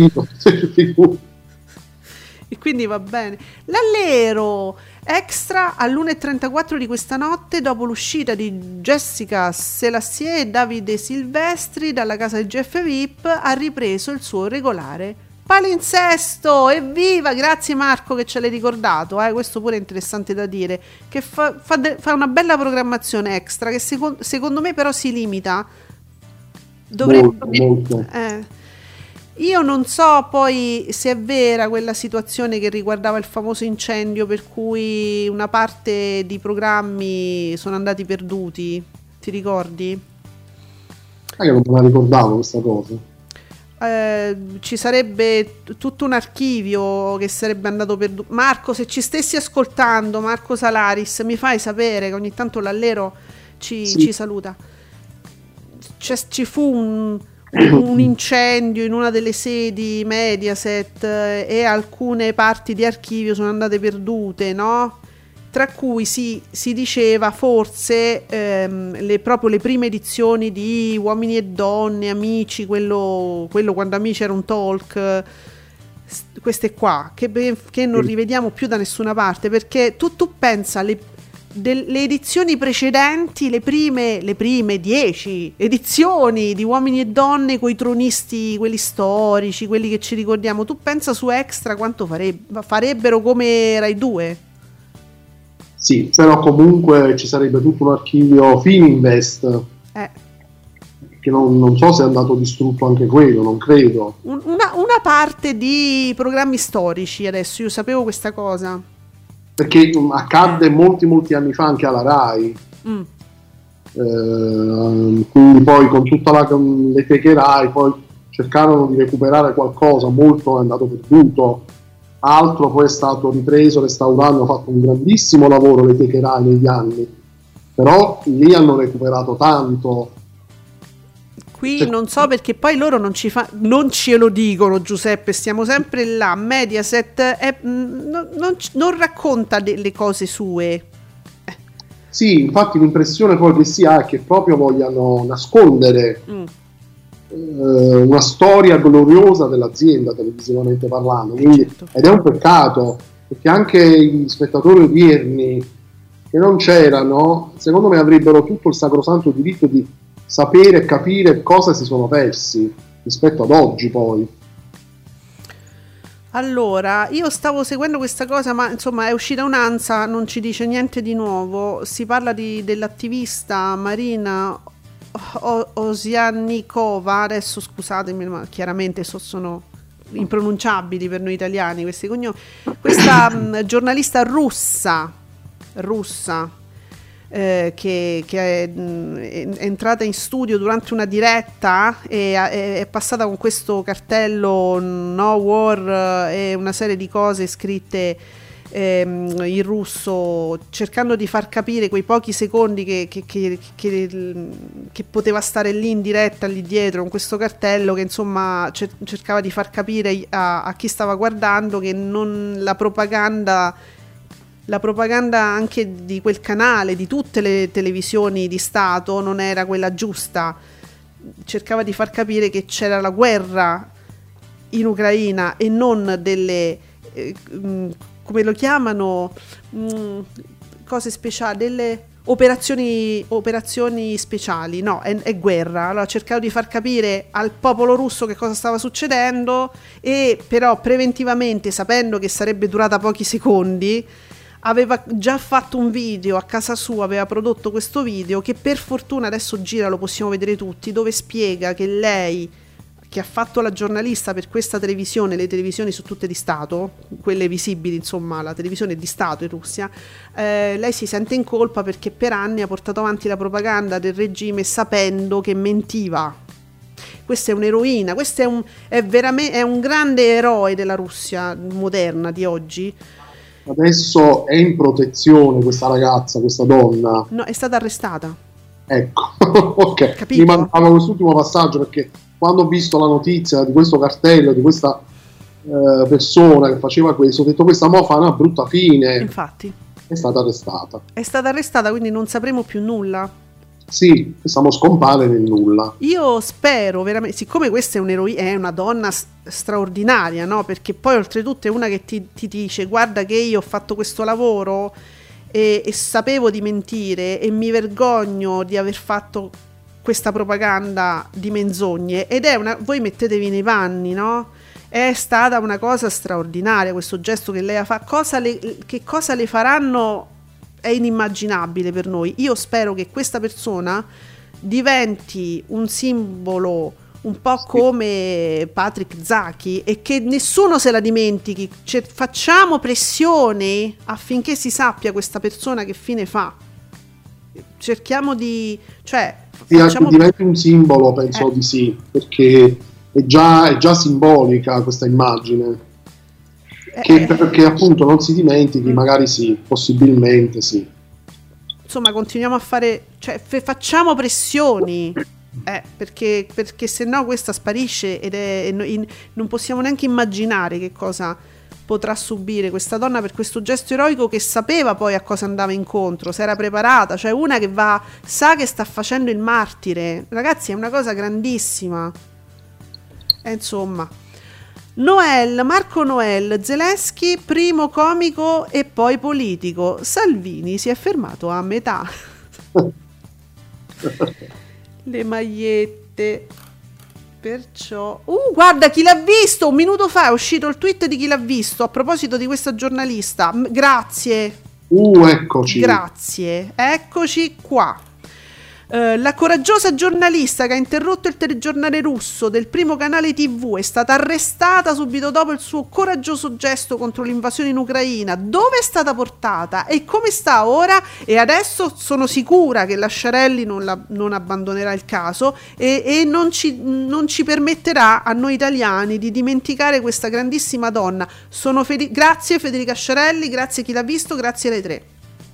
S7: E quindi va bene. L'Allero extra all'una e trentaquattro di questa notte, dopo l'uscita di Jessica Selassier e Davide Silvestri dalla casa del G F V I P, ha ripreso il suo regolare palinsesto. Evviva, grazie Marco che ce l'hai ricordato, eh? Questo pure è interessante da dire, che fa, fa, de, fa una bella programmazione extra che secondo, secondo me però si limita, dovrebbe molto, molto. Eh, io non so poi se è vera quella situazione che riguardava il famoso incendio per cui una parte di programmi sono andati perduti, ti ricordi?
S8: Ah, io non me la ricordavo questa cosa.
S7: Eh, ci sarebbe t- tutto un archivio che sarebbe andato perduto. Marco, se ci stessi ascoltando, Marco Salaris, mi fai sapere che ogni tanto l'Allero ci, sì. ci saluta. C'è, ci fu un, un incendio in una delle sedi Mediaset eh, e alcune parti di archivio sono andate perdute, no? Tra cui si, si diceva forse ehm, le, proprio le prime edizioni di Uomini e Donne, Amici, quello, quello quando Amici era un talk, queste qua, che, che non rivediamo più da nessuna parte, perché tu, tu pensa le, delle edizioni precedenti, le prime, le prime dieci edizioni di Uomini e Donne coi tronisti, quelli storici, quelli che ci ricordiamo, tu pensa su Extra quanto fareb- farebbero come Rai due?
S8: Sì, però comunque ci sarebbe tutto un archivio Fininvest, eh. che non, non so se è andato distrutto anche quello, non credo.
S7: Una, una parte di programmi storici, adesso io sapevo questa cosa.
S8: perché accadde molti molti anni fa anche alla Rai.
S7: Mm.
S8: Eh, quindi poi con tutta la, con le teche Rai poi cercarono di recuperare qualcosa, molto è andato perduto, altro poi è stato ripreso, restaurato, hanno fatto un grandissimo lavoro le teche Rai negli anni, però lì hanno recuperato tanto.
S7: Qui
S8: Cioè,
S7: non so perché poi loro non ci fa, non ce lo dicono, Giuseppe, stiamo sempre là. Mediaset è, mh, non, non, non racconta delle cose sue.
S8: Sì, infatti l'impressione poi che si ha è che proprio vogliano nascondere
S7: Mm.
S8: eh, una storia gloriosa dell'azienda televisivamente parlando, quindi,
S7: Certo.
S8: ed è un peccato, perché anche gli spettatori odierni che non c'erano, secondo me avrebbero tutto il sacrosanto diritto di sapere e capire cosa si sono persi rispetto ad oggi poi.
S7: Allora, io stavo seguendo questa cosa, ma insomma è uscita un'ANSA, non ci dice niente di nuovo. Si parla di, dell'attivista Marina O- Osiannikova, adesso scusatemi, ma chiaramente so- sono impronunciabili per noi italiani questi cognomi. Questa mh, giornalista russa, russa eh, che, che è, mh, è entrata in studio durante una diretta e ha- è, è passata con questo cartello No War eh, e una serie di cose scritte ehm, in russo, cercando di far capire quei pochi secondi che, che, che, che, che poteva stare lì in diretta lì dietro con questo cartello, che insomma cer- cercava di far capire a, a chi stava guardando che non la propaganda la propaganda anche di quel canale, di tutte le televisioni di Stato, non era quella giusta. Cercava di far capire che c'era la guerra in Ucraina e non delle eh, mh, come lo chiamano, mh, cose speciali, delle operazioni operazioni speciali. No, è, è guerra. Allora cercavo di far capire al popolo russo che cosa stava succedendo, e però preventivamente, sapendo che sarebbe durata pochi secondi, aveva già fatto un video a casa sua, aveva prodotto questo video che per fortuna adesso gira, lo possiamo vedere tutti, dove spiega che lei, che ha fatto la giornalista per questa televisione, le televisioni sono tutte di Stato, quelle visibili, insomma la televisione è di Stato in Russia, eh, lei si sente in colpa perché per anni ha portato avanti la propaganda del regime sapendo che mentiva. Questa è un'eroina, questo è un, è veramente, è un grande eroe della Russia moderna di oggi.
S8: Adesso è in protezione questa ragazza, questa donna.
S7: No, è stata arrestata.
S8: Ecco, ok.
S7: Capito?
S8: Mi mancava quest'ultimo passaggio, perché quando ho visto la notizia di questo cartello, di questa eh, persona che faceva questo, ho detto questa mo fa una brutta fine.
S7: Infatti.
S8: È stata arrestata.
S7: È stata arrestata, quindi non sapremo più nulla.
S8: Sì, stiamo scompare nel nulla.
S7: Io spero veramente, siccome questa è un'eroina, è una donna s- straordinaria, no? Perché poi oltretutto è una che ti, ti dice guarda che io ho fatto questo lavoro e, e sapevo di mentire e mi vergogno di aver fatto questa propaganda di menzogne, ed è una, voi mettetevi nei panni, no? È stata una cosa straordinaria questo gesto che lei ha fatto. Cosa le, che cosa le faranno è inimmaginabile per noi. Io spero che questa persona diventi un simbolo un po'
S8: sì.
S7: come Patrick Zaki, e che nessuno se la dimentichi. Cioè, facciamo pressione affinché si sappia questa persona che fine fa. Cerchiamo di, cioè,
S8: sì,
S7: facciamo...
S8: diventi un simbolo, penso
S7: eh.
S8: di sì, perché è già, è già simbolica questa immagine. Che, perché appunto non si dimentichi, magari sì, possibilmente sì.
S7: Insomma, continuiamo a fare, cioè f- facciamo pressioni, eh, perché, perché se no questa sparisce ed è, e in, non possiamo neanche immaginare che cosa potrà subire questa donna per questo gesto eroico, che sapeva poi a cosa andava incontro, si era preparata, cioè una che va, sa che sta facendo il martire. Ragazzi, è una cosa grandissima. E insomma, Noel, Marco Noel, Zelensky, primo comico e poi politico. Salvini si è fermato a metà. Le magliette. Perciò... Uh, guarda chi l'ha visto! Un minuto fa è uscito il tweet di chi l'ha visto a proposito di questa giornalista. M- grazie.
S8: Uh, eccoci.
S7: Grazie. Eccoci qua. Uh, la coraggiosa giornalista che ha interrotto il telegiornale russo del primo canale tivù è stata arrestata subito dopo il suo coraggioso gesto contro l'invasione in Ucraina. Dove è stata portata e come sta ora? E adesso sono sicura che Lasciarelli non, la, non abbandonerà il caso e, e non, ci, non ci permetterà a noi italiani di dimenticare questa grandissima donna. Sono feli- grazie Federica Sciarelli, grazie a chi l'ha visto, grazie alle tre.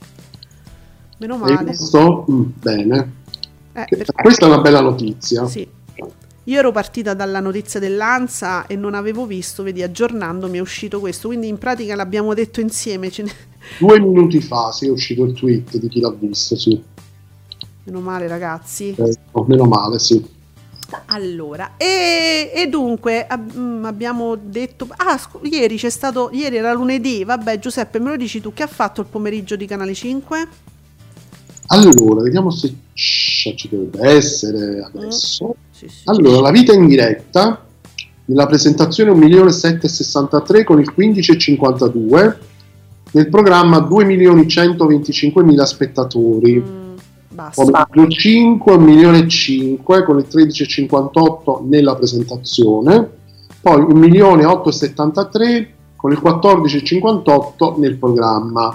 S7: Meno male.
S8: Sto mm, bene.
S7: Eh, perché...
S8: Questa è una bella notizia.
S7: Sì. Io ero partita dalla notizia dell'Ansa e non avevo visto, vedi, aggiornandomi è uscito questo, quindi in pratica l'abbiamo detto insieme. Ce ne...
S8: Due minuti fa sì, è uscito il tweet di chi l'ha visto, sì.
S7: Meno male, ragazzi.
S8: Eh, meno male, sì.
S7: Allora, e, e dunque ab- mh, abbiamo detto, ah, scu- ieri c'è stato, ieri era lunedì, vabbè Giuseppe, me lo dici tu, che ha fatto il pomeriggio di Canale cinque?
S8: Allora, vediamo se ci dovrebbe essere adesso.
S7: Mm. Sì, sì,
S8: allora,
S7: sì.
S8: La vita in diretta, nella presentazione un milione settecentosessantatré con il quindici virgola cinquantadue, nel programma due milioni centoventicinquemila spettatori.
S7: Mm, basta.
S8: Pomeriggio cinque, un milione e cinque con il tredici virgola cinquantotto nella presentazione, poi un milione ottocentosettantatré con il quattordici virgola cinquantotto nel programma.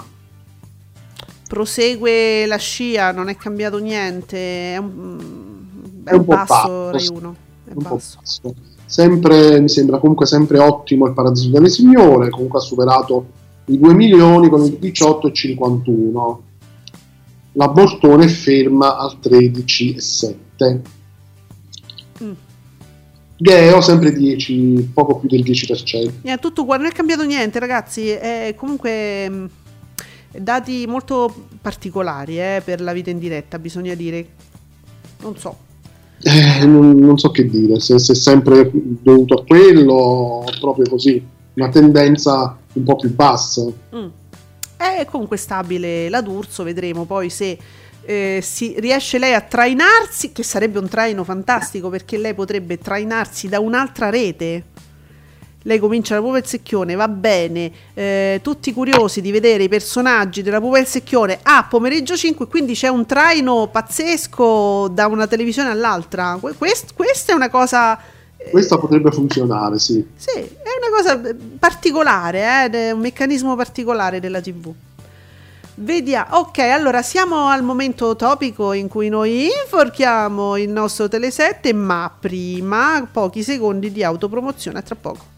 S7: Prosegue la scia, non è cambiato niente, è un, è
S8: È un
S7: un
S8: po'
S7: basso
S8: basso,
S7: Rai uno, è
S8: un po'
S7: basso.
S8: basso. Sempre, mi sembra comunque sempre ottimo il Paradiso delle Signore, comunque ha superato i due milioni con il diciotto virgola cinquantuno. La Bortone è ferma al tredici virgola sette.
S7: Mm.
S8: Geo sempre dieci, poco più del dieci per cento.
S7: È tutto qua, non è cambiato niente, ragazzi, è comunque mh, dati molto particolari eh, per la vita in diretta, bisogna dire, non so.
S8: Eh, non, non so che dire, se, se è sempre dovuto a quello, proprio così, una tendenza un po' più bassa.
S7: Mm. È comunque stabile la D'Urso, vedremo poi se eh, si riesce lei a trainarsi, che sarebbe un traino fantastico perché lei potrebbe trainarsi da un'altra rete. Lei comincia la Pupa e il Secchione, va bene, eh, tutti curiosi di vedere i personaggi della Pupa e il Secchione a pomeriggio cinque, quindi c'è un traino pazzesco da una televisione all'altra. Quest, questa è una cosa... Eh,
S8: questa potrebbe funzionare, sì.
S7: Sì, è una cosa particolare, eh, è un meccanismo particolare della tivù. Vediamo, ok, allora siamo al momento topico in cui noi inforchiamo il nostro Telesette, ma prima pochi secondi di autopromozione, a tra poco.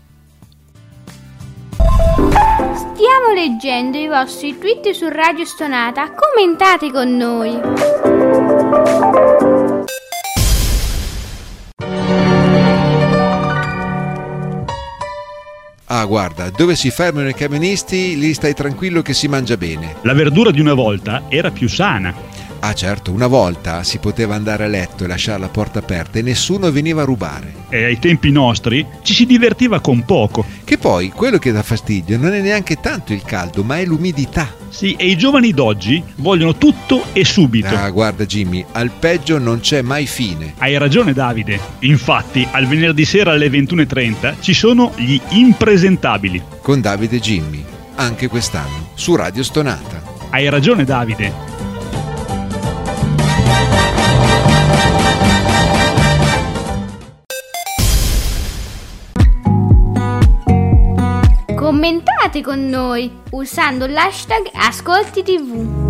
S6: Stiamo leggendo i vostri tweet su Radio Stonata, commentate con noi.
S9: Ah, guarda, dove si fermano i camionisti, lì stai tranquillo che si mangia bene.
S10: La verdura di una volta era più sana.
S9: Ah certo, una volta si poteva andare a letto e lasciare la porta aperta e nessuno veniva a rubare.
S10: E ai tempi nostri ci si divertiva con poco.
S9: Che poi quello che dà fastidio non è neanche tanto il caldo, ma è l'umidità.
S10: Sì, e i giovani d'oggi vogliono tutto e subito.
S9: Ah, guarda Jimmy, al peggio non c'è mai fine.
S10: Hai ragione Davide. Infatti, al venerdì sera alle ventuno e trenta ci sono gli impresentabili.
S9: Con Davide e Jimmy, anche quest'anno, su Radio Stonata.
S10: Hai ragione Davide.
S6: Commentate con noi usando l'hashtag Ascolti tivù.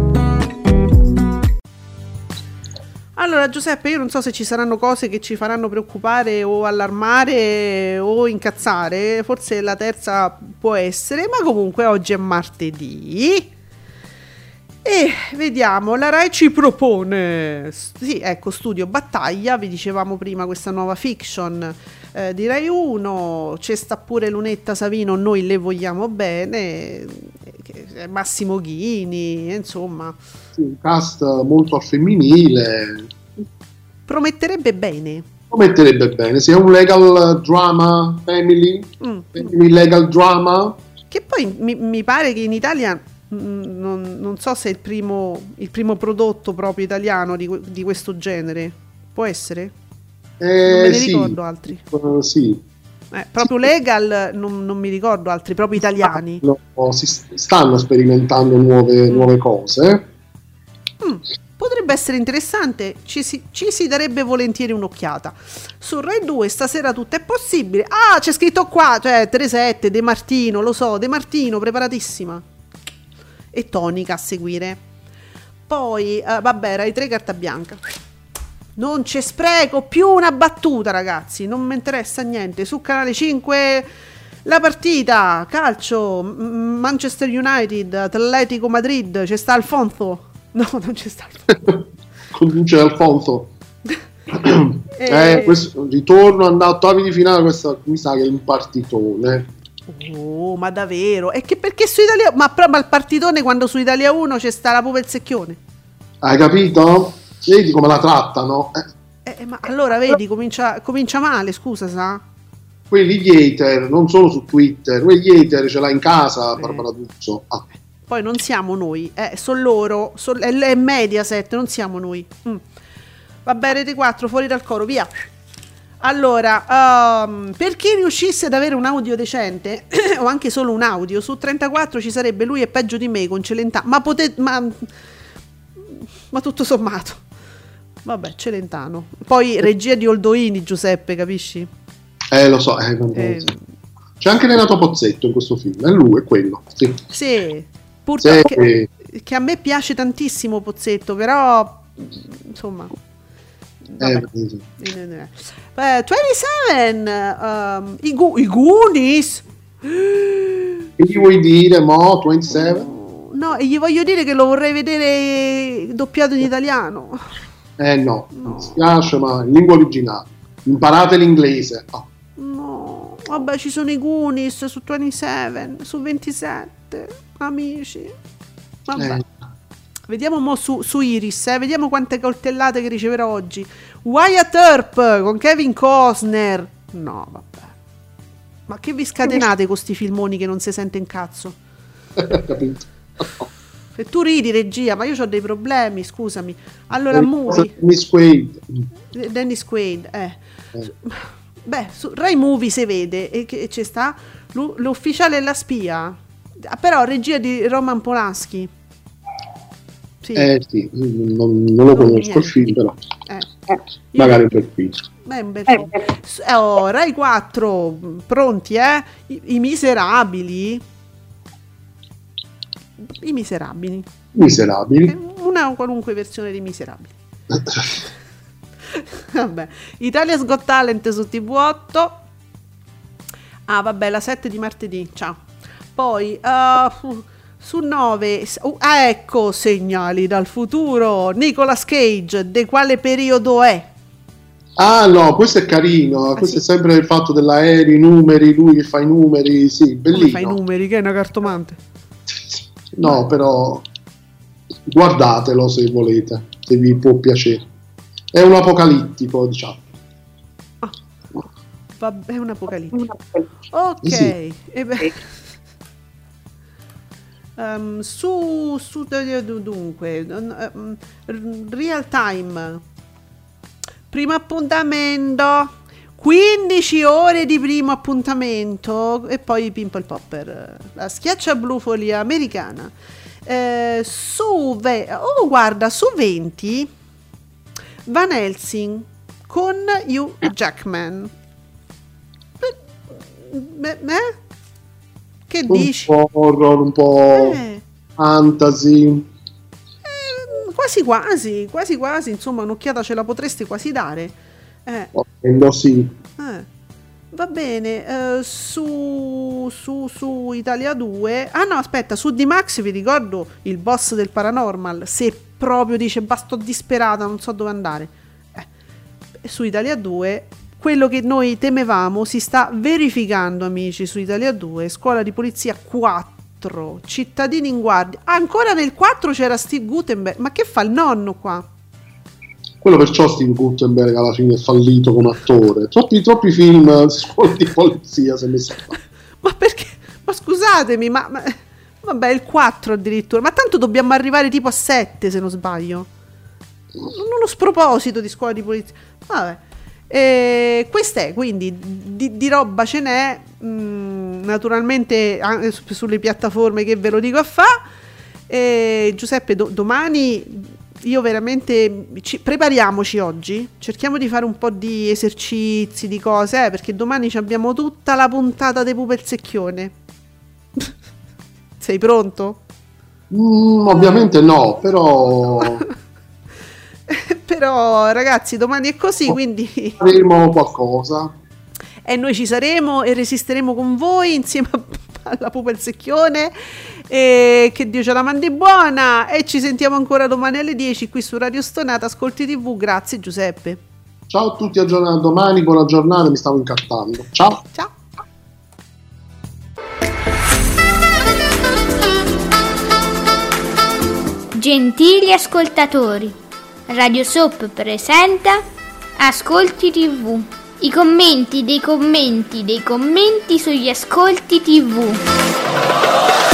S7: Allora Giuseppe, io non so se ci saranno cose che ci faranno preoccupare o allarmare o incazzare, forse la terza può essere, ma comunque oggi è martedì e vediamo, la Rai ci propone, sì ecco, Studio Battaglia, vi dicevamo prima questa nuova fiction eh, di Rai uno, c'è sta pure Lunetta Savino, noi le vogliamo bene, Massimo Ghini, insomma
S8: sì, un cast molto al femminile,
S7: prometterebbe bene
S8: prometterebbe bene, sì, è un legal drama family, mm. family legal drama,
S7: che poi mi, mi pare che in Italia Non, non so se è il primo, il primo prodotto proprio italiano di, di questo genere, può essere?
S8: Eh,
S7: non me ne
S8: sì,
S7: ricordo altri.
S8: Uh, sì.
S7: Eh, proprio legal non, non mi ricordo altri, proprio italiani.
S8: No, si stanno sperimentando nuove, nuove cose.
S7: Mm, potrebbe essere interessante, ci si, ci si darebbe volentieri un'occhiata. Su Rai due stasera tutto è possibile. Ah, c'è scritto qua, cioè tre sette, De Martino, lo so, De Martino, preparatissima. E Tonica a seguire. Poi, eh, vabbè, Rai tre carta bianca. Non c'è spreco, più una battuta, ragazzi, non mi interessa niente. Su Canale cinque la partita, calcio, Manchester United, Atletico Madrid, c'è sta Alfonso. No, non c'è sta Alfonso.
S8: Conduce Alfonso.
S7: e...
S8: eh, questo ritorno andare a ottavi di finale, questo mi sa che è un partitone.
S7: Oh, ma davvero? E che perché su Italia, ma proprio al partitone, quando su Italia uno c'è sta la Pupa e il Secchione.
S8: Hai capito? Vedi come la trattano?
S7: Eh, eh, ma allora vedi, comincia, comincia male, scusa, sa?
S8: Quelli gli hater, non solo su Twitter, quegli hater ce l'ha in casa Barbara D'Urso. Ah.
S7: Poi non siamo noi, eh, sono loro, son, è, è Mediaset, non siamo noi. Mm. Vabbè, Rete quattro, fuori dal coro, via. Allora, um, per chi riuscisse ad avere un audio decente, o anche solo un audio, su trentaquattro ci sarebbe Lui è peggio di me con Celentano, ma potete... Ma, ma tutto sommato. Vabbè, Celentano. Poi regia di Oldoini, Giuseppe, capisci?
S8: Eh, lo so, eh, eh, c'è anche Renato Pozzetto in questo film, è lui, è quello. Sì,
S7: sì purtroppo
S8: sì.
S7: Che, che a me piace tantissimo Pozzetto, però insomma. Eh, sì. eh, ventisette um, i, gu- i Goonies.
S8: Che gli vuoi dire, mo? ventisette?
S7: No, e gli voglio dire che lo vorrei vedere doppiato in italiano.
S8: Eh no, no. Mi spiace, ma in lingua originale. Imparate l'inglese. Oh.
S7: No, vabbè, ci sono i Goonies su ventisette, su ventisette, amici. Vabbè. Eh. Vediamo mo su, su Iris, eh. Vediamo quante coltellate che riceverò oggi. Wyatt Earp con Kevin Costner. No, vabbè. Ma che vi scatenate con sti filmoni che non si sente un cazzo?
S8: Capito.
S7: E tu ridi, regia, ma io ho dei problemi, scusami. Allora, Movie
S8: Dennis Quaid.
S7: Dennis Quaid, eh. eh. Beh, su Rai Movie si vede e che c'è sta L- l'ufficiale e la spia. Però regia di Roman Polanski. Sì.
S8: Eh sì, non, non lo conosco niente. Il film, però.
S7: Eh.
S8: Magari un bel film.
S7: Beh, un bel film. Eh, oh, Rai quattro, pronti, eh? I, I Miserabili. I Miserabili.
S8: Miserabili.
S7: Una qualunque versione di Miserabili. Vabbè. Italia's Got Talent su T V otto. Ah, vabbè, la sette di martedì. Ciao. Poi uh, su nove. Uh, ah, ecco, Segnali dal futuro. Nicolas Cage. Di quale periodo è?
S8: Ah, no, questo è carino. Ah, questo sì. È sempre il fatto dell'aereo, i numeri, lui che fa i numeri. Sì, bellino.
S7: Come fa i numeri? Che è una cartomante.
S8: No, però guardatelo se volete, se vi può piacere. È un apocalittico, diciamo.
S7: Ah, vabbè, è un apocalittico. Ok.
S8: Sì.
S7: E beh. Um, su, su dunque um, Real Time, primo appuntamento, quindici ore di primo appuntamento e poi Pimple Popper, la schiaccia blu folia americana. Eh, su ve- oh guarda, su venti Van Helsing con Hugh Jackman. Beh, beh, che
S8: un
S7: dici?
S8: Po' horror, un po'
S7: eh.
S8: fantasy.
S7: Eh, quasi quasi, quasi quasi, insomma, un'occhiata ce la potresti quasi dare. Eh.
S8: Oh, sì.
S7: Eh. Va bene, uh, su, su, su Italia due. Ah no, aspetta, su D-Max vi ricordo il boss del Paranormal. Se proprio dice basta, disperata, non so dove andare. Eh. Su Italia due, quello che noi temevamo si sta verificando, amici. Su Italia due, Scuola di Polizia quattro, Cittadini in Guardia. Ah, ancora nel quattro c'era Steve Guttenberg. Ma che fa il nonno qua?
S8: Quello perciò Steve Guttenberg alla fine è fallito come attore. Troppi, troppi film scuola di polizia si è messo a fare.
S7: Ma perché? Ma scusatemi, ma, ma vabbè, il quattro addirittura. Ma tanto dobbiamo arrivare tipo a sette, se non sbaglio. Uno sproposito di Scuola di Polizia. Vabbè. E questa è, quindi di, di roba ce n'è. Mh, naturalmente anche su, sulle piattaforme che ve lo dico a fa. E Giuseppe, do, domani io veramente ci, prepariamoci oggi, cerchiamo di fare un po' di esercizi, di cose, eh, perché domani ci abbiamo tutta la puntata dei Pupa il Secchione. Sei pronto?
S8: Mm, ovviamente no, però
S7: però ragazzi domani è così, quindi
S8: faremo qualcosa
S7: e noi ci saremo e resisteremo con voi insieme alla Pupa il Secchione, e che Dio ce la mandi buona, e ci sentiamo ancora domani alle dieci qui su Radio Stonata Ascolti tivù. Grazie Giuseppe.
S8: Ciao a tutti, a giornata domani, buona giornata, mi stavo incartando. Ciao.
S7: Ciao.
S6: Gentili ascoltatori, Radio Soap presenta Ascolti tivù. I commenti dei commenti dei commenti sugli ascolti tivù.